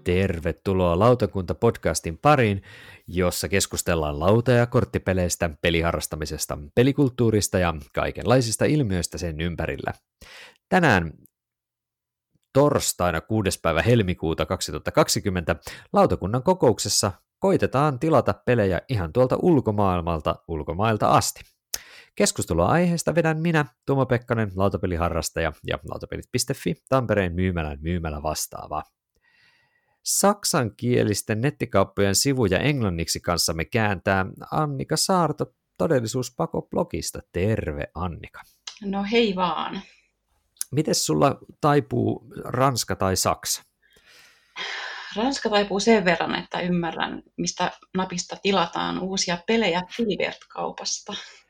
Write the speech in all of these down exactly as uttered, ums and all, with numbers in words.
Tervetuloa Lautakunta-podcastin pariin, jossa keskustellaan lauta- ja korttipeleistä, peliharrastamisesta, pelikulttuurista ja kaikenlaisista ilmiöistä sen ympärillä. Tänään torstaina kuudes päivä helmikuuta kaksituhattakaksikymmentä lautakunnan kokouksessa koitetaan tilata pelejä ihan tuolta ulkomaailmalta ulkomailta asti. Keskustelua aiheesta vedän minä, Tuomo Pekkanen, lautapeliharrastaja ja lautapelit piste fi, Tampereen myymälän myymälä vastaava. Saksankielisten nettikauppojen sivuja englanniksi kanssamme kääntää Annika Saarto Todellisuuspako-blogista. Terve Annika. No hei vaan. Mites sulla taipuu ranska tai saksa? Ranska taipuu sen verran, että ymmärrän, mistä napista tilataan uusia pelejä Filibert-kaupasta.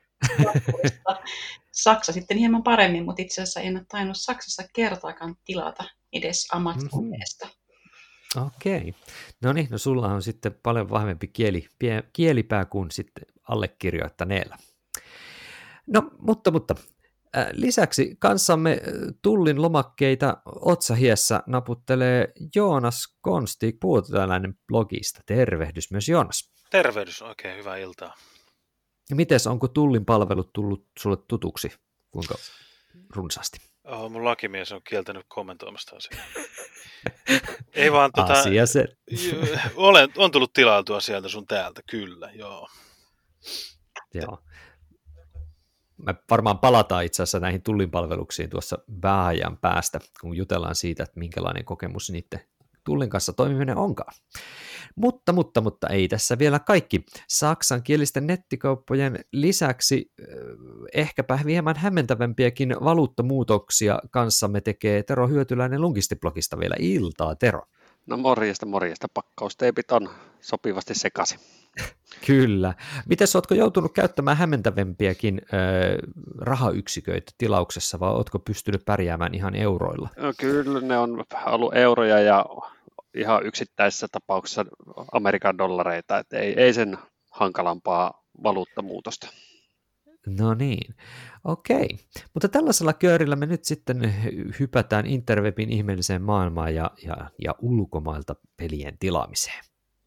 Saksa sitten hieman paremmin, mutta itse asiassa en ole tainnut Saksassa kertaakaan tilata edes Amazonista. Mm-hmm. Okei. No niin, no sulla on sitten paljon vahvempi kieli, pie, kielipää kuin sitten allekirjoittaneella. No, mutta, mutta äh, lisäksi kanssamme Tullin lomakkeita otsahiessä naputtelee Joonas Konstig, puolalainen blogista. Tervehdys myös Joonas. Tervehdys, oikein hyvää iltaa. Mites, onko Tullin palvelut tullut sulle tutuksi? Kuinka runsaasti? Oh, mun lakimies on kieltänyt kommentoimasta asiaa. Ei vaan tota, Asia se. Olen, on tullut tilailtua sieltä sun täältä, kyllä, joo. Joo. Me varmaan palataan itse asiassa näihin Tullin palveluksiin tuossa vähän ajan päästä, kun jutellaan siitä, että minkälainen kokemus niiden Tullin kanssa toimiminen onkaan. Mutta, mutta, mutta ei tässä vielä kaikki. Saksankielisten nettikauppojen lisäksi ehkäpä hieman hämmentävämpiäkin valuuttamuutoksia kanssamme tekee Tero Hyötyläinen Lunkistiblogista. Vielä iltaa, Tero. No morjesta, morjesta. Pakkausteipit on sopivasti sekaisin. Kyllä. Mites, ootko joutunut käyttämään hämmentävämpiäkin äh, rahayksiköitä tilauksessa, vai ootko pystynyt pärjäämään ihan euroilla? No, kyllä ne on ollut euroja ja ihan yksittäisissä tapauksissa Amerikan dollareita, että ei, ei sen hankalampaa valuuttamuutosta. No niin, okei. Mutta tällaisella köörillä me nyt sitten hypätään interwebin ihmeelliseen maailmaan ja, ja, ja ulkomailta pelien tilaamiseen.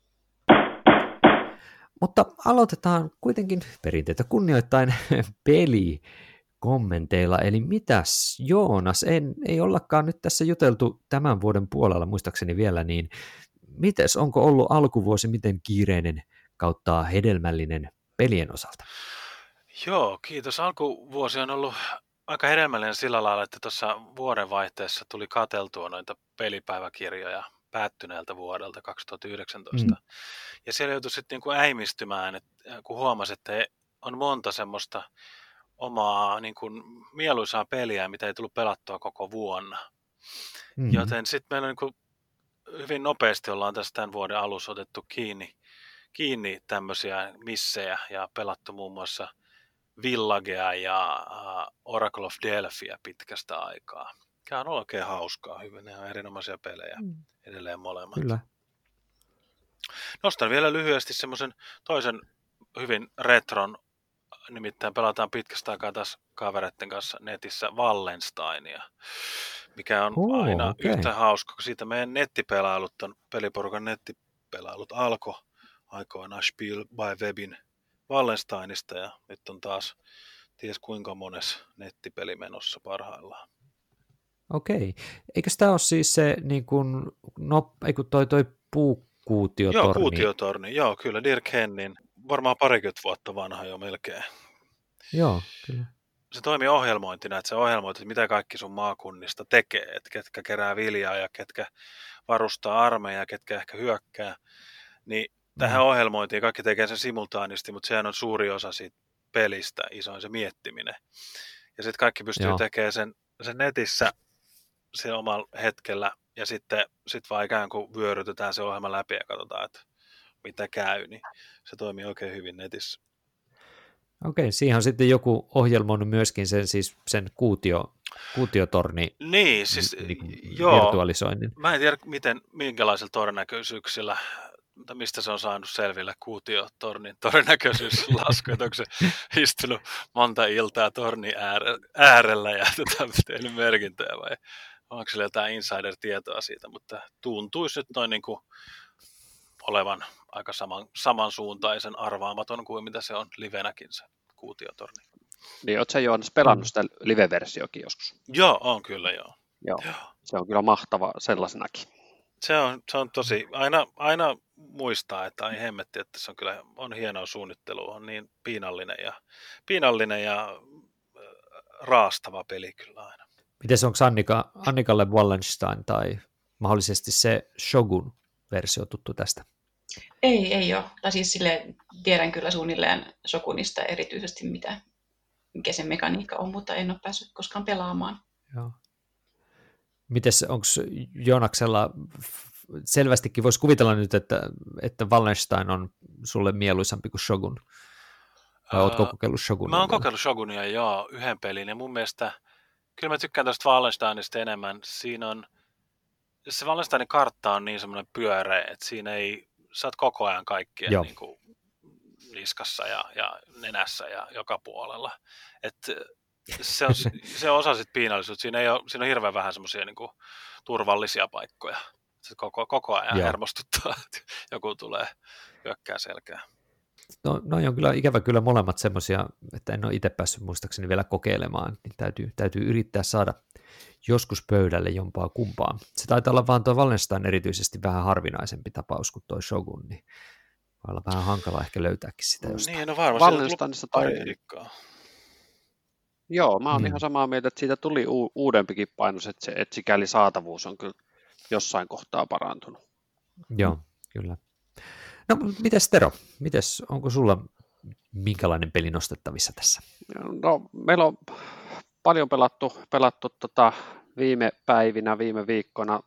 Mutta aloitetaan kuitenkin perinteitä kunnioittain pelikommenteilla. Eli mitäs Joonas, en, ei ollakaan nyt tässä juteltu tämän vuoden puolella muistaakseni vielä, niin mites, onko ollut alkuvuosi miten kiireinen kautta hedelmällinen pelien osalta? Joo, kiitos. Alkuvuosi on ollut aika hedelmällinen sillä lailla, että tuossa vuodenvaihteessa tuli katseltua noita pelipäiväkirjoja päättyneeltä vuodelta kaksituhattayhdeksäntoista. Mm. Ja siellä joutui sitten niinku äimistymään, että kun huomasi, että on monta semmoista omaa niin kuin mieluisaa peliä, mitä ei tullut pelattua koko vuonna. Mm. Joten sitten meillä on niin kuin hyvin nopeasti ollaan tässä tämän vuoden alussa otettu kiinni, kiinni tämmöisiä missejä ja pelattu muun muassa Villagea ja Oracle of Delphia pitkästä aikaa. Tämä on oikein hauskaa, hyvin, ne on erinomaisia pelejä, mm. edelleen molemmat. Kyllä. Nostan vielä lyhyesti semmoisen toisen hyvin retron, nimittäin pelataan pitkästä aikaa taas kavereiden kanssa netissä Wallensteinia, mikä on oh, aina okay. yhtä hauska, kun siitä meidän nettipelailut, on peliporukan nettipelailut alkoi aikoinaan Spiel by Webin Wallensteinista ja nyt on taas ties kuinka mones nettipeli menossa parhaillaan. Okei. Eikö tämä ole siis se niin kuin, no, eikö toi, toi puukuutiotorni? Joo, kuutiotorni. Joo, kyllä. Dirk Hennin. Varmaan parikymmentä vuotta vanha jo melkein. Joo, kyllä. Se toimii ohjelmointina, että se ohjelmoit, että mitä kaikki sun maakunnista tekee. Että ketkä kerää viljaa ja ketkä varustaa armeijaa, ketkä ehkä hyökkää. Niin tähän mm. ohjelmointiin kaikki tekee sen simultaanisti, mutta sehän on suuri osa siitä pelistä, isoin se miettiminen. Ja sitten kaikki pystyy Joo. tekemään sen, sen netissä sen omalla hetkellä, ja sitten sit vaan ikään kuin vyörytetään se ohjelma läpi ja katsotaan, että mitä käy, niin se toimii oikein hyvin netissä. Okei, siihen on sitten joku ohjelmoinut myöskin sen, siis sen kuutio, kuutiotorni niin, siis, niin joo, virtualisoinnin. Mä en tiedä, miten, minkälaisilla todennäköisyyksillä, mutta mistä se on saanut selville kuutiotornin todennäköisyyslasku, että onko se istunut monta iltaa tornin äärellä ja tätä tehnyt merkintöjä vai onko sillä jotain insider-tietoa siitä, mutta tuntuisi nyt noin niin kuin olevan aika saman, samansuuntaisen arvaamaton kuin mitä se on livenäkin se kuutiotorni. Niin, ootko sä Joonas pelannut sitä live-versiokin joskus? Joo, on kyllä joo. Joo, se on kyllä mahtava sellaisenakin. Se on, se on tosi, aina, aina muistaa, että ai hemmetti, että se on kyllä on hienoa suunnittelua, on niin piinallinen ja, piinallinen ja raastava peli kyllä aina. Miten onko Annika, Annikalle Wallenstein tai mahdollisesti se Shogun-versio tuttu tästä? Ei, ei ole. Tai siis sille tiedän kyllä suunnilleen Shogunista erityisesti, mitä, mikä se mekaniikka on, mutta en ole päässyt koskaan pelaamaan. Joo. Mites, onko Joonaksella, selvästikin voisi kuvitella nyt, että, että Wallenstein on sulle mieluisampi kuin Shogun? Vai ootko kokeillut Shogunia? Mä oon kokeillut Shogunia, joo, yhden pelin, ja mun mielestä, kyllä mä tykkään tästä Wallensteinista enemmän. Siinä on, se Wallensteinin kartta on niin semmoinen pyöreä, että siinä ei, sä oot koko ajan kaikkien niin kuin niskassa ja, ja nenässä ja joka puolella. Että se on, se on osa sit piinallisuutta. Siinä, ei ole, siinä on hirveän vähän semmoisia niin kuin turvallisia paikkoja. Se koko, koko ajan Joo. hermostuttaa, että joku tulee hyökkää selkään. No, no on kyllä ikävä kyllä molemmat semmoisia, että en ole itse päässyt muistaakseni vielä kokeilemaan, niin täytyy, täytyy yrittää saada joskus pöydälle jompaa kumpaa. Se taitaa olla vaan tuo Wallenstein erityisesti vähän harvinaisempi tapaus kuin tuo Shogun, niin voi olla vähän hankala ehkä löytääkin sitä jostain. Niin, no varmasti. Wallensteinissa toi... Joo, mä oon mm. ihan samaa mieltä, että siitä tuli u- uudempikin painos, että, se, että sikäli saatavuus on kyllä jossain kohtaa parantunut. Joo, kyllä. No, mites Tero? Mites, onko sulla minkälainen peli nostettavissa tässä? No, meillä on paljon pelattu, pelattu tota viime päivinä, viime viikkoina.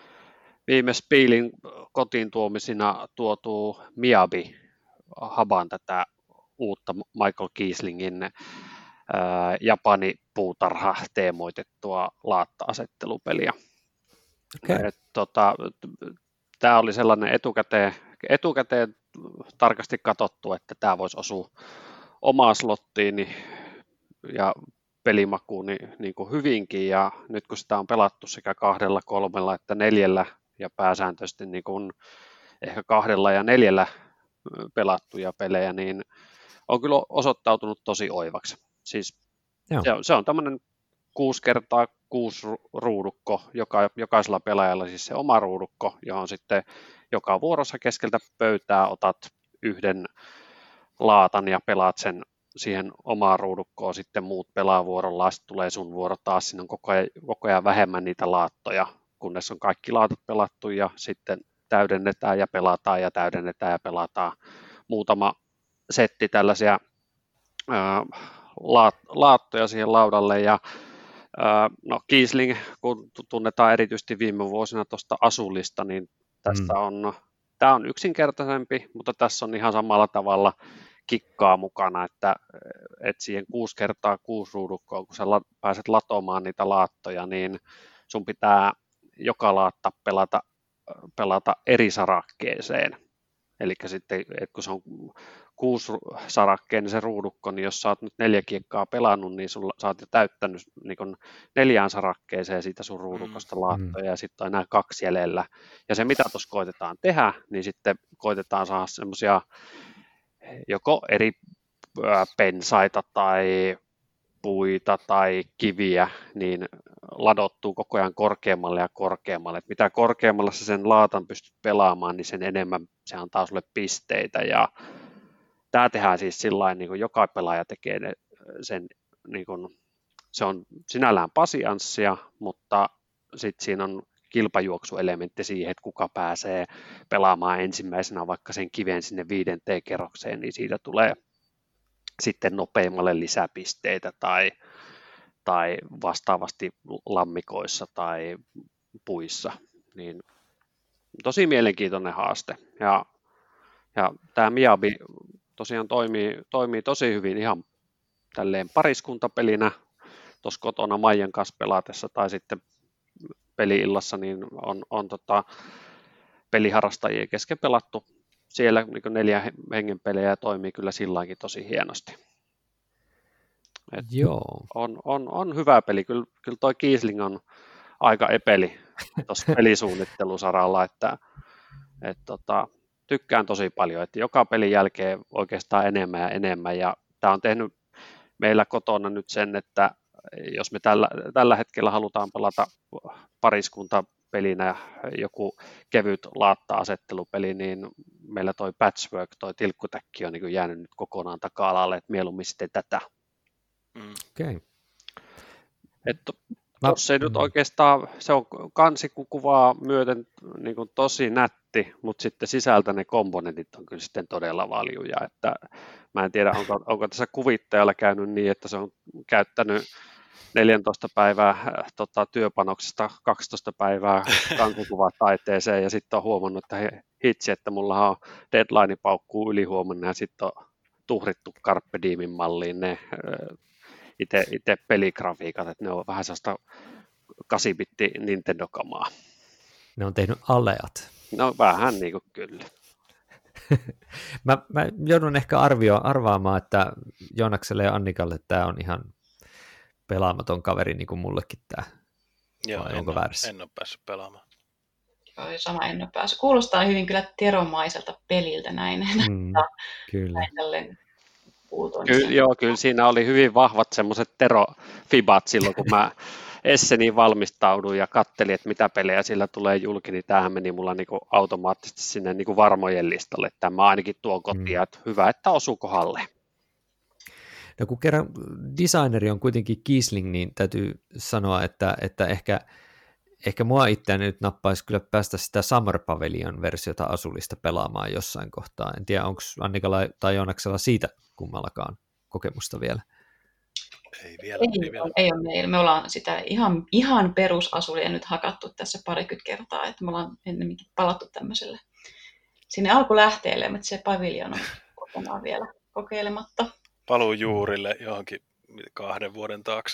Viime Spielin kotiin tuomisina tuotuu Miyabi Haban tätä uutta Michael Kieslingin ää, Japani puutarha teemoitettua laatta-asettelupeliä. Okay. Tota, tämä oli sellainen etukäteen, etukäteen tarkasti katsottu, että tämä voisi osua omaan slottiin ja pelimakuun niin, niin kuin hyvinkin, ja nyt kun sitä on pelattu sekä kahdella, kolmella että neljällä ja pääsääntöisesti niin kuin ehkä kahdella ja neljällä pelattuja pelejä, niin on kyllä osoittautunut tosi oivaksi. Siis se on, se on tämmöinen kuusi kertaa kuusi ruudukko, joka, jokaisella pelaajalla siis se oma ruudukko, johon sitten joka vuorossa keskeltä pöytää otat yhden laatan ja pelaat sen siihen omaan ruudukkoon, sitten muut pelaa vuorollaan, sitten tulee sun vuoro taas, siinä on koko ajan, koko ajan vähemmän niitä laattoja, kunnes on kaikki laatat pelattu ja sitten täydennetään ja pelataan ja täydennetään ja pelataan muutama setti tällaisia ää, laat, laattoja siihen laudalle ja ää, no Kiesling, kun tunnetaan erityisesti viime vuosina tuosta Asulista, niin tässä mm. on, tämä on yksinkertaisempi, mutta tässä on ihan samalla tavalla kikkaa mukana, että, että siihen kuusi kertaa kuusi ruudukkoa, kun sä la, pääset latomaan niitä laattoja, niin sun pitää joka laatta pelata, pelata eri sarakkeeseen. Eli sitten, että kun se on kuusi sarakkeen, niin se ruudukko, niin jos sä oot nyt neljä kiekkaa pelannut, niin sulla, sä oot jo täyttänyt niin kun neljään sarakkeeseen siitä sun ruudukosta laattoja, ja sitten on enää kaksi jäljellä. Ja se, mitä tuossa koitetaan tehdä, niin sitten koitetaan saada semmoisia joko eri pensaita tai puita tai kiviä, niin ladottuu koko ajan korkeammalle ja korkeammalle. Et mitä korkeammalla sä sen laatan pystyt pelaamaan, niin sen enemmän se antaa sulle pisteitä. Ja tämä tehdään siis sillain, niin kuin joka pelaaja tekee sen, niin kuin, se on sinällään pasianssia, mutta sitten siinä on kilpajuoksuelementti siihen, että kuka pääsee pelaamaan ensimmäisenä vaikka sen kiven sinne viidenteen kerrokseen, niin siitä tulee sitten nopeimmalle lisäpisteitä tai, tai vastaavasti lammikoissa tai puissa. Niin tosi mielenkiintoinen haaste. Ja, ja tämä Miyabi tosiaan toimii, toimii tosi hyvin ihan tälleen pariskuntapelinä tuossa kotona Maijan kanssa pelatessa tai sitten peli-illassa, niin on, on tota, peliharrastajien kesken pelattu siellä niin neljä hengen pelejä ja toimii kyllä silläkin tosi hienosti. Et Joo. On, on, on hyvä peli. Kyllä, kyllä toi Kiesling on, aika epeli tuossa pelisuunnittelusaralla, että et tota, tykkään tosi paljon, että joka pelin jälkeen oikeastaan enemmän ja enemmän, ja tämä on tehnyt meillä kotona nyt sen, että jos me tällä, tällä hetkellä halutaan pelata pariskuntapelinä joku kevyt laatta-asettelupeli, niin meillä toi Patchwork, toi tilkkutäkki on niin jäänyt nyt kokonaan taka-alalle, että mieluummin sitten tätä. Mm. Okei. Okay. Että tuossa ei nyt oikeastaan, se on kansikuvaa myöten niin kuin tosi nätti, mutta sitten sisältä ne komponentit on kyllä sitten todella valjuja, että mä en tiedä, onko, onko tässä kuvittajalla käynyt niin, että se on käyttänyt neljätoista päivää tota, työpanoksesta kaksitoista päivää kansikuva-taiteeseen ja sitten on huomannut, että he, hitsi, että mulla on deadline paukkuu ylihuomenna ja sitten on tuhrittu Carpe Diemin malliin ne itse peligrafiikat, että ne on vähän sellaista kahdeksan-bitti Nintendo-kamaa. Ne on tehnyt aleat. No vähän niin kuin kyllä. mä, mä joudun ehkä arvio, arvaamaan, että Joonakselle ja Annikalle tämä on ihan pelaamaton kaveri, niin kuin mullekin tämä. Joo, Vai en, onko ole, väärässä? en ole päässyt pelaamaan. Joo, sama en ole päässyt. Kuulostaa hyvin kyllä teromaiselta peliltä näin. Mm, kyllä. Näin tälleen Kyllä, joo, kyllä siinä oli hyvin vahvat semmoiset terofibat silloin, kun mä Esseniin valmistauduin ja kattelin, että mitä pelejä sillä tulee julki, niin tämähän meni mulla niinku automaattisesti sinne niinku varmojen listalle. Tämä ainakin tuo kotiin, mm. että hyvä, että osuu kohdalle. No kun kerran designeri on kuitenkin Kiesling, niin täytyy sanoa, että, että ehkä, ehkä mua itseäni nyt nappaisi kyllä päästä sitä Summer Pavilion versiota Azulista pelaamaan jossain kohtaa. En tiedä, onko Annikalla tai Joonaksella siitä kummallakaan kokemusta vielä. Ei vielä. Ei, ei, vielä. ei ole meillä. Me ollaan sitä ihan, ihan perusasulia nyt hakattu tässä parikymmentä kertaa, että me ollaan ennemminkin palattu tämmöiselle sinne alkulähteelle, mutta se Pavilion on kokonaan vielä kokeilematta. Paluu juurille johonkin kahden vuoden taakse.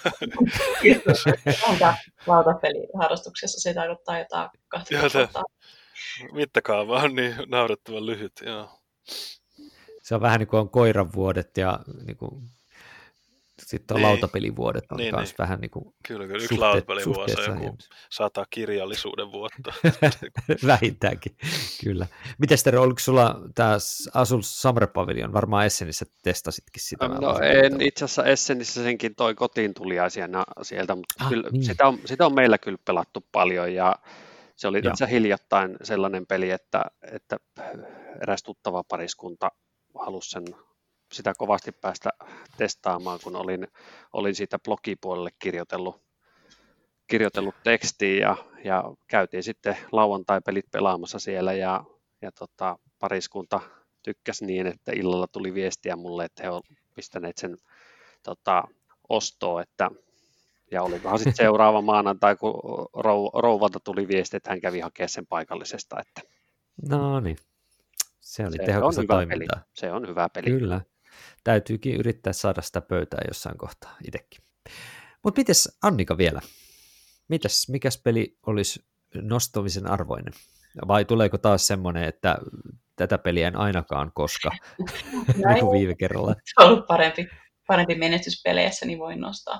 Onko lautapeliharrastuksessa se tarkoittaa jotain kahta vuotta? Mittakaava on niin naurettavan lyhyt, joo. Se on vähän niin kuin on koiran vuodet ja niin kuin, sitten on niin. lautapelivuodet on niin, myös niin. vähän niin kuin kyllä, kyllä. Yksi lautapelivuosi on joku sata kirjallisuuden vuotta. Vähintäänkin, kyllä. Mites Tero, oliko sulla tämä Azul Summer Pavilion? Varmaan Essenissä testasitkin sitä. No en itse asiassa Essenissä senkin toi kotiin tuliaisena sieltä, mutta ah, kyllä, niin. sitä, on, sitä on meillä kyllä pelattu paljon ja se oli tässä hiljattain sellainen peli, että, että eräs tuttava pariskunta halusi sen, sitä kovasti päästä testaamaan, kun olin, olin siitä blogipuolelle kirjoitellut, kirjoitellut tekstiin ja, ja käytiin sitten lauantai-pelit pelaamassa siellä ja, ja tota, pariskunta tykkäsi niin, että illalla tuli viestiä mulle, että he ovat pistäneet sen tota, ostoon, että ja olikohan sitten seuraava maanantai, kun rouvalta tuli viesti, että hän kävi hakemaan sen paikallisesta. Että no niin, se oli se tehokasta toimintaa. Peli. Se on hyvä peli. Kyllä, täytyykin yrittää saada sitä pöytää jossain kohtaa itsekin. Mutta mites Annika vielä? Mitäs, mikäs peli olisi nostamisen arvoinen? Vai tuleeko taas semmoinen, että tätä peliä en ainakaan koska, niin kuin viime kerralla? Se on ollut parempi, parempi menestyspeleissä, niin voin nostaa.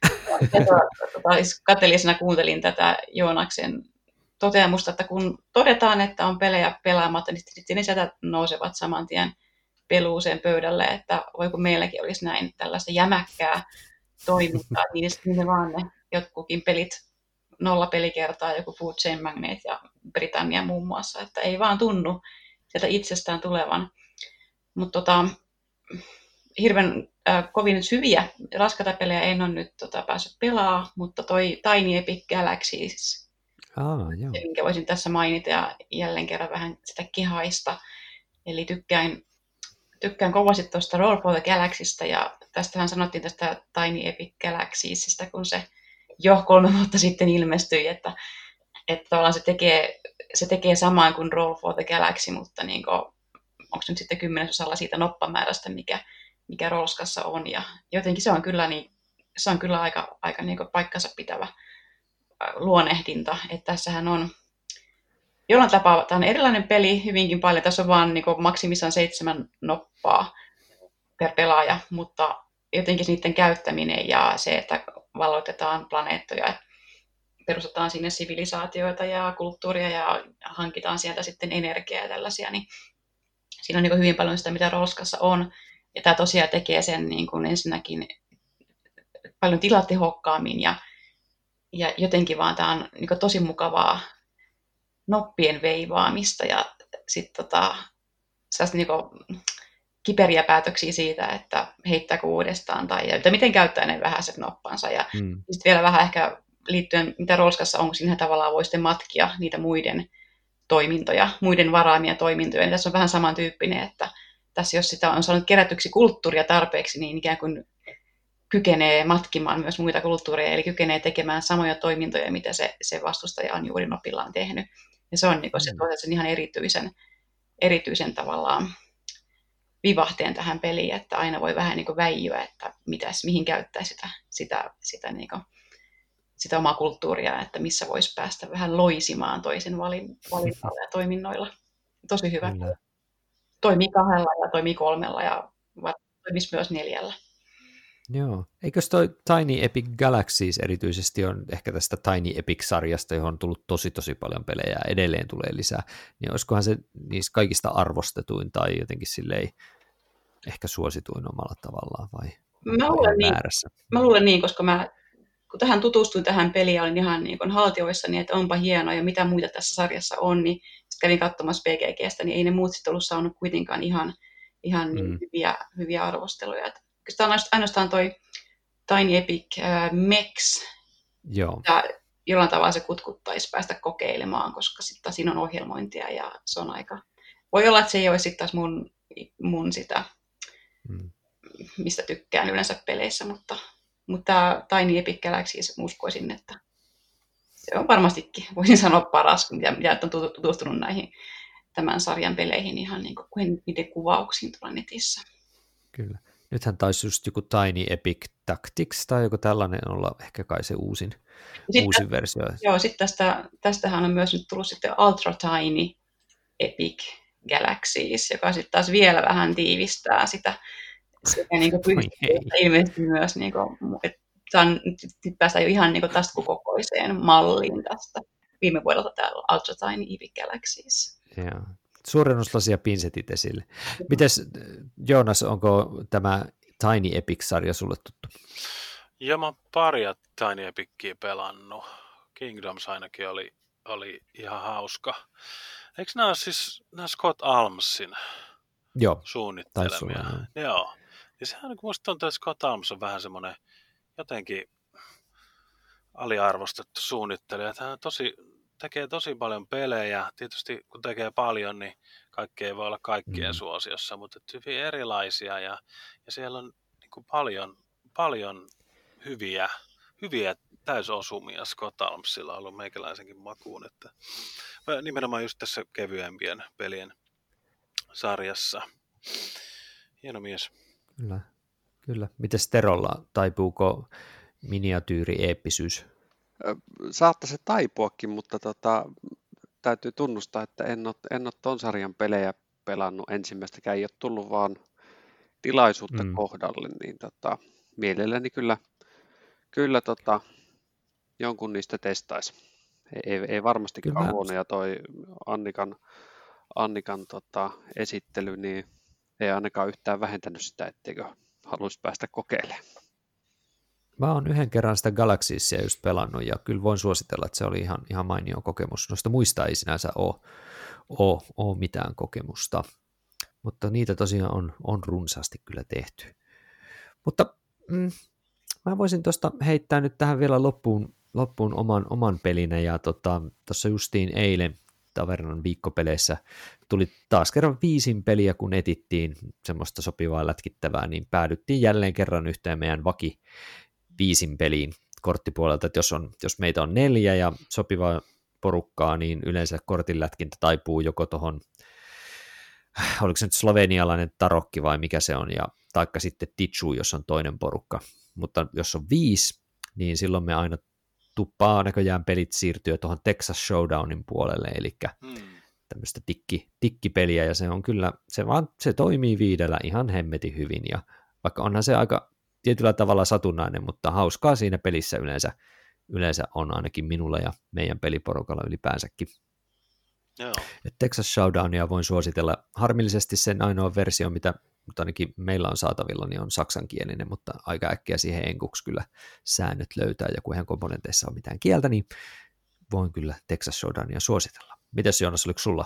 Kateellisena kuuntelin tätä Joonaksen toteamusta, että kun todetaan, että on pelejä pelaamatta, niin sitten ne sieltä nousevat saman tien peluuseen pöydälle, että voiko meilläkin olisi näin tällaista jämäkkää toimintaa, niin ne vaan ne jotkukin pelit, nolla pelikertaa, joku Food Chain Magnate ja Britannia muun muassa, että ei vaan tunnu sieltä itsestään tulevan. Mutta tota, hirveän äh, kovin syviä raskaita pelejä en ole nyt tota, päässyt pelaamaan, mutta toi Tiny Epic Galaxies, ah, se, minkä voisin tässä mainita ja jälleen kerran vähän sitä kehaista. Eli tykkään, tykkään kovasti tuosta Roll for the Galaxysta ja tästähän sanottiin tästä Tiny Epic Galaxiesista, kun se jo kolme vuotta sitten ilmestyi, että, että tavallaan se tekee, se tekee samaan kuin Roll for the Galaxy, mutta niin kuin, onko se nyt sitten kymmenesosalla siitä noppamäärästä, mikä, mikä Rolskassa on. Ja jotenkin se on kyllä, niin, se on kyllä aika, aika niin kuin paikkansa pitävä luonehdinta. Että tässähän on jollain tapaa, tämä on erilainen peli hyvinkin paljon. Tässä on vaan niin kuin maksimissaan seitsemän noppaa per pelaaja, mutta jotenkin niiden käyttäminen ja se, että valloitetaan planeettoja perustetaan sinne sivilisaatioita ja kulttuuria ja hankitaan sieltä sitten energiaa ja tällaisia, niin siinä on niin kuin hyvin paljon sitä, mitä Rolskassa on. Ja tämä tosiaan tekee sen niin kuin ensinnäkin paljon tilatehokkaammin ja, ja jotenkin vaan tämä on niin kuin tosi mukavaa noppien veivaamista ja sitten tota, niin kuin kiperiä päätöksiä siitä, että heittääkö uudestaan tai että miten käyttää ne vähäiset noppansa. Ja mm. sitten vielä vähän ehkä liittyen, mitä Rolskassa on, kun siinä tavallaan voi sitten matkia niitä muiden toimintoja, muiden varaamia toimintoja. Niin tässä on vähän samantyyppinen, että tässä jos sitä on saanut kerätyksi kulttuuria tarpeeksi, niin ikään kuin kykenee matkimaan myös muita kulttuureja, eli kykenee tekemään samoja toimintoja, mitä se, se vastustaja on juuri nopillaan tehnyt. Ja se on niin se tuo sen ihan erityisen, erityisen tavallaan vivahteen tähän peliin, että aina voi vähän niin kuin väijyä, että mitäs, mihin käyttää sitä, sitä, sitä, niin kuin, sitä omaa kulttuuria, että missä voisi päästä vähän loisimaan toisen valinnoilla ja toiminnoilla. Tosi hyvä. Kyllä. Toimii kahdella ja toimii kolmella ja toimisi myös neljällä. Joo. Eikös toi Tiny Epic Galaxies erityisesti on ehkä tästä Tiny Epic-sarjasta, johon on tullut tosi tosi paljon pelejä ja edelleen tulee lisää, niin olisikohan se niistä kaikista arvostetuin tai jotenkin silleen ehkä suosituin omalla tavallaan vai mä luulen, niin, mä luulen niin, koska mä kun tähän tutustuin tähän peliin ja olin ihan niin kuin haltioissani, että onpa hienoa ja mitä muita tässä sarjassa on, niin sitten kävin katsomassa P G G:stä, niin ei ne muut sitten ollut saanut kuitenkaan ihan, ihan niin mm. hyviä, hyviä arvosteluja. Että tämä on ainoastaan toi Tiny Epic äh, Mex, Joo. ja jollain tavalla se kutkuttaisi päästä kokeilemaan, koska sitten siinä on ohjelmointia ja se on aika... Voi olla, että se ei ole sitten taas mun, mun sitä, mm. mistä tykkään yleensä peleissä, mutta, mutta tämä Tiny Epic Galaxies uskoisin, että se on varmastikin, voisin sanoa paras, mitä, mitä on tutustunut näihin tämän sarjan peleihin ihan niin kuin niiden kuvauksiin tuolla netissä. Kyllä. Nythän taisi just joku Tiny Epic Tactics tai joku tällainen olla ehkä kai se uusin, uusin tästä, versio. Joo, sitten tästä, tästähän on myös nyt tullut sitten Ultra Tiny Epic Galaxies, joka sitten taas vielä vähän tiivistää sitä, sitä niin kuin ilmeisesti myös, niin kuin, että päästään jo ihan niin kuin taskukokoiseen malliin tästä viime vuodelta täällä Ultra Tiny Epic Galaxies. Joo. Suurennuslasia pinsetit esille. Mites Joonas, onko tämä Tiny Epic-sarja sulle tuttu? Joo, mä oon paria Tiny Epicia pelannut. Kingdoms ainakin oli, oli ihan hauska. Eikö nämä ole siis nämä Scott Almsin Joo, suunnittelemia? Joo. Ja sehän kun musta tuntuu, että Scott Alms on vähän semmoinen jotenkin aliarvostettu suunnittelija. Hän on tosi... tekee tosi paljon pelejä. Tietysti kun tekee paljon, niin kaikki ei voi olla kaikkien mm. suosiossa, mutta hyvin erilaisia ja, ja siellä on niin kuin paljon, paljon hyviä, hyviä täysosumia Scott Almsilla on ollut meikäläisenkin makuun. Että nimenomaan just tässä kevyempien pelien sarjassa. Hieno mies. Kyllä, kyllä. Mites Terolla, taipuuko miniatyyri-eeppisyys? Saattaa se taipuakin, mutta tota, täytyy tunnustaa, että en ole, en ole ton sarjan pelejä pelannut ensimmäistäkään, ei ole tullut vaan tilaisuutta mm. kohdalle, niin tota, mielelläni kyllä, kyllä tota, jonkun niistä testaisi. Ei, ei varmastikaan huono, ja toi Annikan, Annikan tota, esittely, niin ei ainakaan yhtään vähentänyt sitä, etteikö haluaisi päästä kokeilemaan. Mä oon yhden kerran sitä Galaxiesia just pelannut, ja kyllä voin suositella, että se oli ihan, ihan mainio kokemus. Noista muista ei sinänsä ole, ole, ole mitään kokemusta, mutta niitä tosiaan on, on runsaasti kyllä tehty. Mutta mm, mä voisin tuosta heittää nyt tähän vielä loppuun, loppuun oman, oman pelinä, ja tuossa tota, justiin eilen Tavernan viikkopeleissä tuli taas kerran viisin peliä, kun etittiin semmoista sopivaa lätkittävää, niin päädyttiin jälleen kerran yhteen meidän vaki viisin peliin korttipuolelta, että jos, on, jos meitä on neljä ja sopivaa porukkaa, niin yleensä kortin lätkintä taipuu joko tuohon, oliko se nyt slovenialainen tarokki vai mikä se on, ja taikka sitten Tichu, jos on toinen porukka. Mutta jos on viisi, niin silloin me aina tuppaa näköjään pelit siirtyä tuohon Texas Showdownin puolelle, eli hmm. tämmöistä tikki, tikkipeliä, ja se on kyllä, se, vaan, se toimii viidellä ihan hemmetin hyvin, ja vaikka onhan se aika tietyllä tavalla satunnainen, mutta hauskaa siinä pelissä yleensä, yleensä on ainakin minulla ja meidän peliporukalla ylipäänsäkin. Joo. Et Texas Showdownia voin suositella. Harmillisesti sen ainoa versio, mitä mutta ainakin meillä on saatavilla, niin on saksankielinen, mutta aika äkkiä siihen enkuksi kyllä säännöt löytää, ja kun eihän komponenteissa ole mitään kieltä, niin voin kyllä Texas Showdownia suositella. Mites Joonas, oliko sulla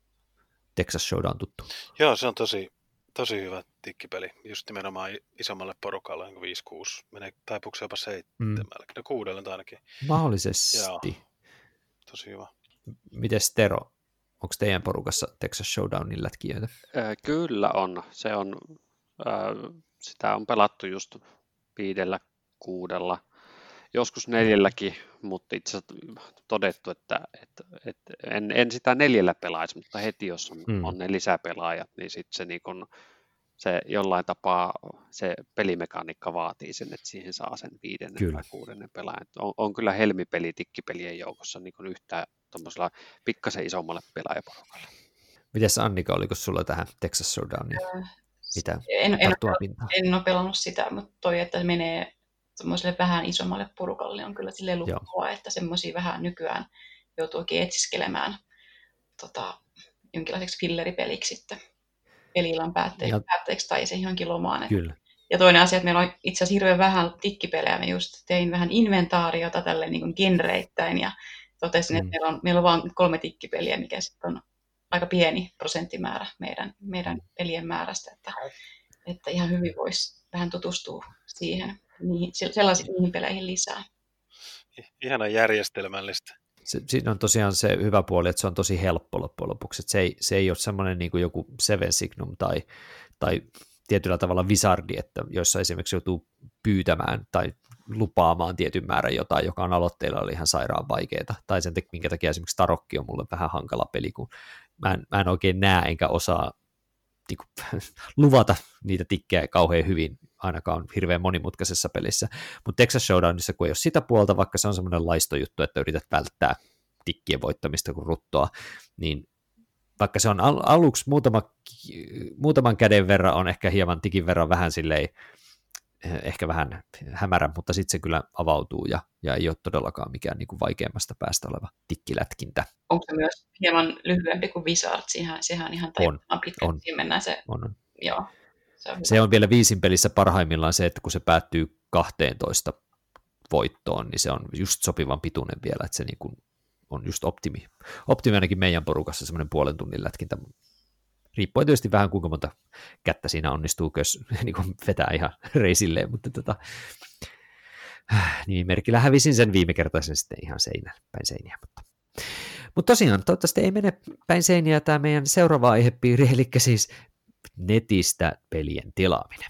Texas Showdown tuttu? Joo, se on tosi, tosi hyvä tikkipeli, just nimenomaan isommalle porukalle, niin viisi kuusi, menee taipuuko jopa seitsemällä, mm. no kuudelle ainakin. Mahdollisesti. Joo, tosi hyvä. Mites Tero, onko teidän porukassa Texas Showdownin lätkijöitä? Äh, kyllä on, se on, äh, sitä on pelattu just viidellä, kuudella, joskus neljälläkin, mutta itse asiassa todettu, että, että, että en, en sitä neljällä pelaisi, mutta heti jos on, mm. on ne lisäpelaajat, niin sitten se, niin kun, se jollain tapaa se pelimekaniikka vaatii sen, että siihen saa sen viidennen kyllä. tai kuudennen pelaajan. On, on kyllä helmipeli tikkipelien joukossa niin kun yhtään tuommoisella pikkasen isommalle pelaajaporukalle. Mites Annika, oliko sulla tähän Texas Showdowniin? Mitä en, en, en ole pelannut sitä, mutta toi, että menee semmoiselle vähän isommalle porukalle on kyllä silleen lukkua, että semmoisia vähän nykyään joutuu oikein etsiskelemään tota, jonkinlaiseksi filleripeliksi sitten peliillan päätteeksi, päätteeksi tai se johonkin lomaan. Kyllä. Ja toinen asia, että meillä on itse asiassa hirveän vähän tikkipelejä. Me just tein vähän inventaariota tälle niin kuin genreittäin ja totesin, mm. että meillä on, meillä on vain kolme tikkipeliä, mikä sitten on aika pieni prosenttimäärä meidän, meidän pelien määrästä, että, että ihan hyvin voisi vähän tutustua siihen. Niihin, sellaisiin niihin peleihin lisää. Ihana järjestelmällistä. Se, siinä on tosiaan se hyvä puoli, että se on tosi helppo loppujen lopuksi. Se ei, se ei ole semmoinen niin kuin joku Seven Signum tai, tai tietyllä tavalla Wizardi, että jossa esimerkiksi joutuu pyytämään tai lupaamaan tietyn määrän jotain, joka on aloitteilla oli ihan sairaan vaikeaa. Tai sen takia, minkä takia esimerkiksi Tarokki on mulle vähän hankala peli, kun mä en, mä en oikein näe enkä osaa niin kuin, luvata niitä tikkejä kauhean hyvin, ainakaan hirveän monimutkaisessa pelissä. Mutta Texas Showdownissa, kun ei ole sitä puolta, vaikka se on semmoinen laistojuttu, että yrität välttää tikkien voittamista kuin ruttoa, niin vaikka se on al- aluksi muutama, muutaman käden verran on ehkä hieman tikin verran vähän silleen, ehkä vähän hämärä, mutta sitten se kyllä avautuu ja, ja ei ole todellakaan mikään niin kuin vaikeimmasta päästä oleva tikkilätkintä. Onko se myös hieman lyhyempi kuin Wizard? Sehän, sehän on ihan tajuttoman pitkä. On, Siinä mennään se, on, on. Joo, se, on se on vielä viisin pelissä parhaimmillaan se, että kun se päättyy kahteentoista voittoon, niin se on just sopivan pituinen vielä, että se niin kuin on just optimi. Optimi ainakin meidän porukassa semmoinen puolen tunnin lätkintä. Riippuu tietysti vähän kuinka monta kättä siinä onnistuu, jos niin kuin vetää ihan reisilleen, mutta tota, nimimerkillä hävisin sen viimekertaisen sitten ihan seinään, päin seiniä. Mutta, mutta tosiaan, toivottavasti ei mene päin seiniä tämä meidän seuraava aihepiiri, eli siis netistä pelien tilaaminen.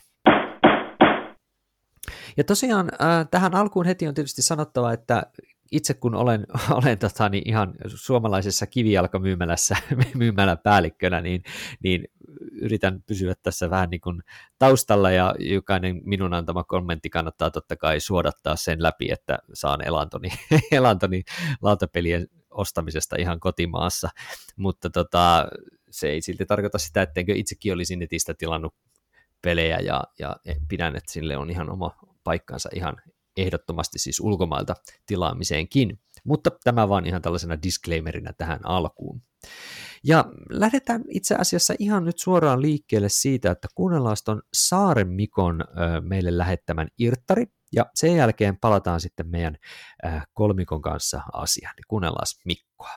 Ja tosiaan äh, tähän alkuun heti on tietysti sanottava, että itse kun olen, olen tota, niin ihan suomalaisessa kivijalkamyymälässä myymäläpäällikkönä, niin, niin yritän pysyä tässä vähän niin kuin taustalla, ja jokainen minun antama kommentti kannattaa totta kai suodattaa sen läpi, että saan elantoni, elantoni lautapelien ostamisesta ihan kotimaassa, mutta tota, se ei silti tarkoita sitä, ettenkö itsekin olisi netistä tilannut pelejä, ja, ja pidän, että sille on ihan oma paikkansa ihan ehdottomasti siis ulkomailta tilaamiseenkin, mutta tämä vaan ihan tällaisena disclaimerina tähän alkuun. Ja lähdetään itse asiassa ihan nyt suoraan liikkeelle siitä, että kuunnellaan ton Saaren Mikon ö, meille lähettämän irttari, ja sen jälkeen palataan sitten meidän ö, kolmikon kanssa asiaan. Kuunnellaan Mikkoa.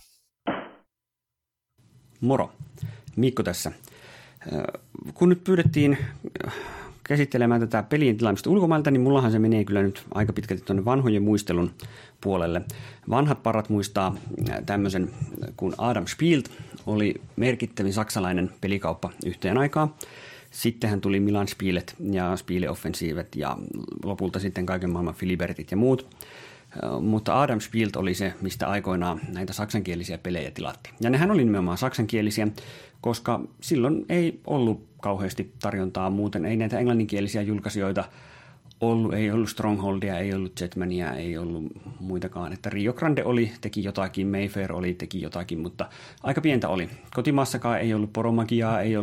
Moro, Mikko tässä. Kun nyt pyydettiin käsittelemään tätä pelien tilaamista ulkomailta, niin mullahan se menee kyllä nyt aika pitkälti tuonne vanhojen muistelun puolelle. Vanhat parat muistaa tämmöisen, kun Adam Spiel oli merkittävin saksalainen pelikauppa yhteen aikaan. Sittenhän tuli Milan Spielet ja Spiele-offensiivet ja lopulta sitten kaiken maailman Filibertit ja muut. Mutta Adam Spiel oli se, mistä aikoinaan näitä saksankielisiä pelejä tilattiin. Ja nehän oli nimenomaan saksankielisiä, koska silloin ei ollut kauheasti tarjontaa muuten. Ei näitä englanninkielisiä julkaisijoita ollut, ei ollut Strongholdia, ei ollut Jetmania, ei ollut muitakaan. Että Rio Grande oli, teki jotakin, Mayfair oli, teki jotakin, mutta aika pientä oli. Kotimaassakaan ei ollut Poromagiaa, ei ollut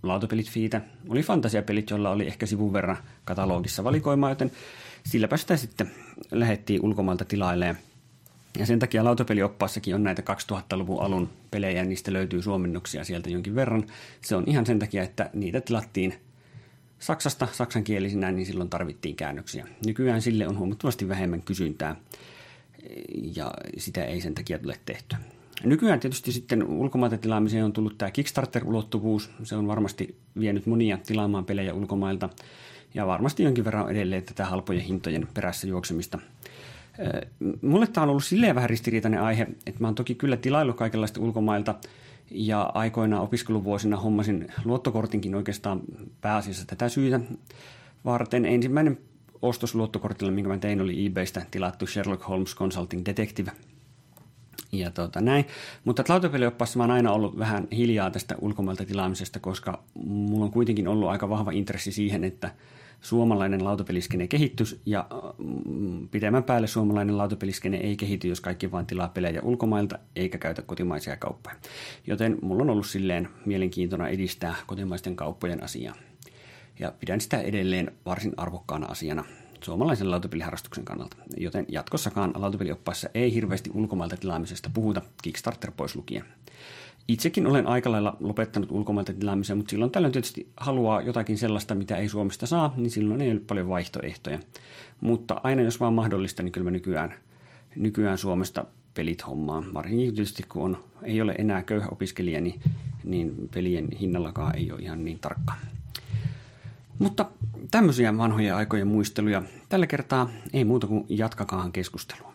lautapelit Fiitä, oli fantasiapelit, joilla oli ehkä sivun verran katalogissa valikoimaa, joten silläpä sitä sitten lähdettiin ulkomailta tilailemaan. Ja sen takia lautapelioppaassakin on näitä kaksituhattaluvun alun pelejä, niistä löytyy suomennoksia sieltä jonkin verran. Se on ihan sen takia, että niitä tilattiin Saksasta saksankielisinä, niin silloin tarvittiin käännöksiä. Nykyään sille on huomattavasti vähemmän kysyntää ja sitä ei sen takia tule tehtyä. Nykyään tietysti sitten ulkomailta tilaamiseen on tullut tämä Kickstarter-ulottuvuus. Se on varmasti vienyt monia tilaamaan pelejä ulkomailta ja varmasti jonkin verran edelleen tätä halpojen hintojen perässä juoksemista. Mulle tämä on ollut silleen vähän ristiriitainen aihe, että mä oon toki kyllä tilaillut kaikenlaista ulkomailta ja aikoinaan opiskeluvuosina hommasin luottokortinkin oikeastaan pääasiassa tätä syytä varten. Ensimmäinen ostos luottokortilla, minkä mä tein, oli eBaystä tilattu Sherlock Holmes Consulting Detective. Ja tota näin. Mutta lautapelioppaassa mä oon aina ollut vähän hiljaa tästä ulkomailta tilaamisesta, koska mulla on kuitenkin ollut aika vahva intressi siihen, että suomalainen lautapeliskene kehittyisi ja pidemmän päälle suomalainen lautapeliskene ei kehity, jos kaikki vain tilaa pelejä ulkomailta eikä käytä kotimaisia kauppoja. Joten mulla on ollut silleen mielenkiintona edistää kotimaisten kauppojen asiaa. Ja pidän sitä edelleen varsin arvokkaana asiana suomalaisen lautapeliharrastuksen kannalta, joten jatkossakaan lautapelioppaissa ei hirveästi ulkomailta tilaamisesta puhuta, Kickstarter pois lukien. Itsekin olen aika lailla lopettanut ulkomailta tilaamisen, mutta silloin tällöin tietysti haluaa jotakin sellaista, mitä ei Suomesta saa, niin silloin ei ole paljon vaihtoehtoja. Mutta aina jos vaan mahdollista, niin kyllä mä nykyään, nykyään Suomesta pelit hommaan. Varsinkin tietysti kun on, ei ole enää köyhä opiskelija, niin, niin pelien hinnallakaan ei ole ihan niin tarkka. Mutta tämmöisiä vanhoja aikojen muisteluja. Tällä kertaa ei muuta kuin jatkakaahan keskustelua.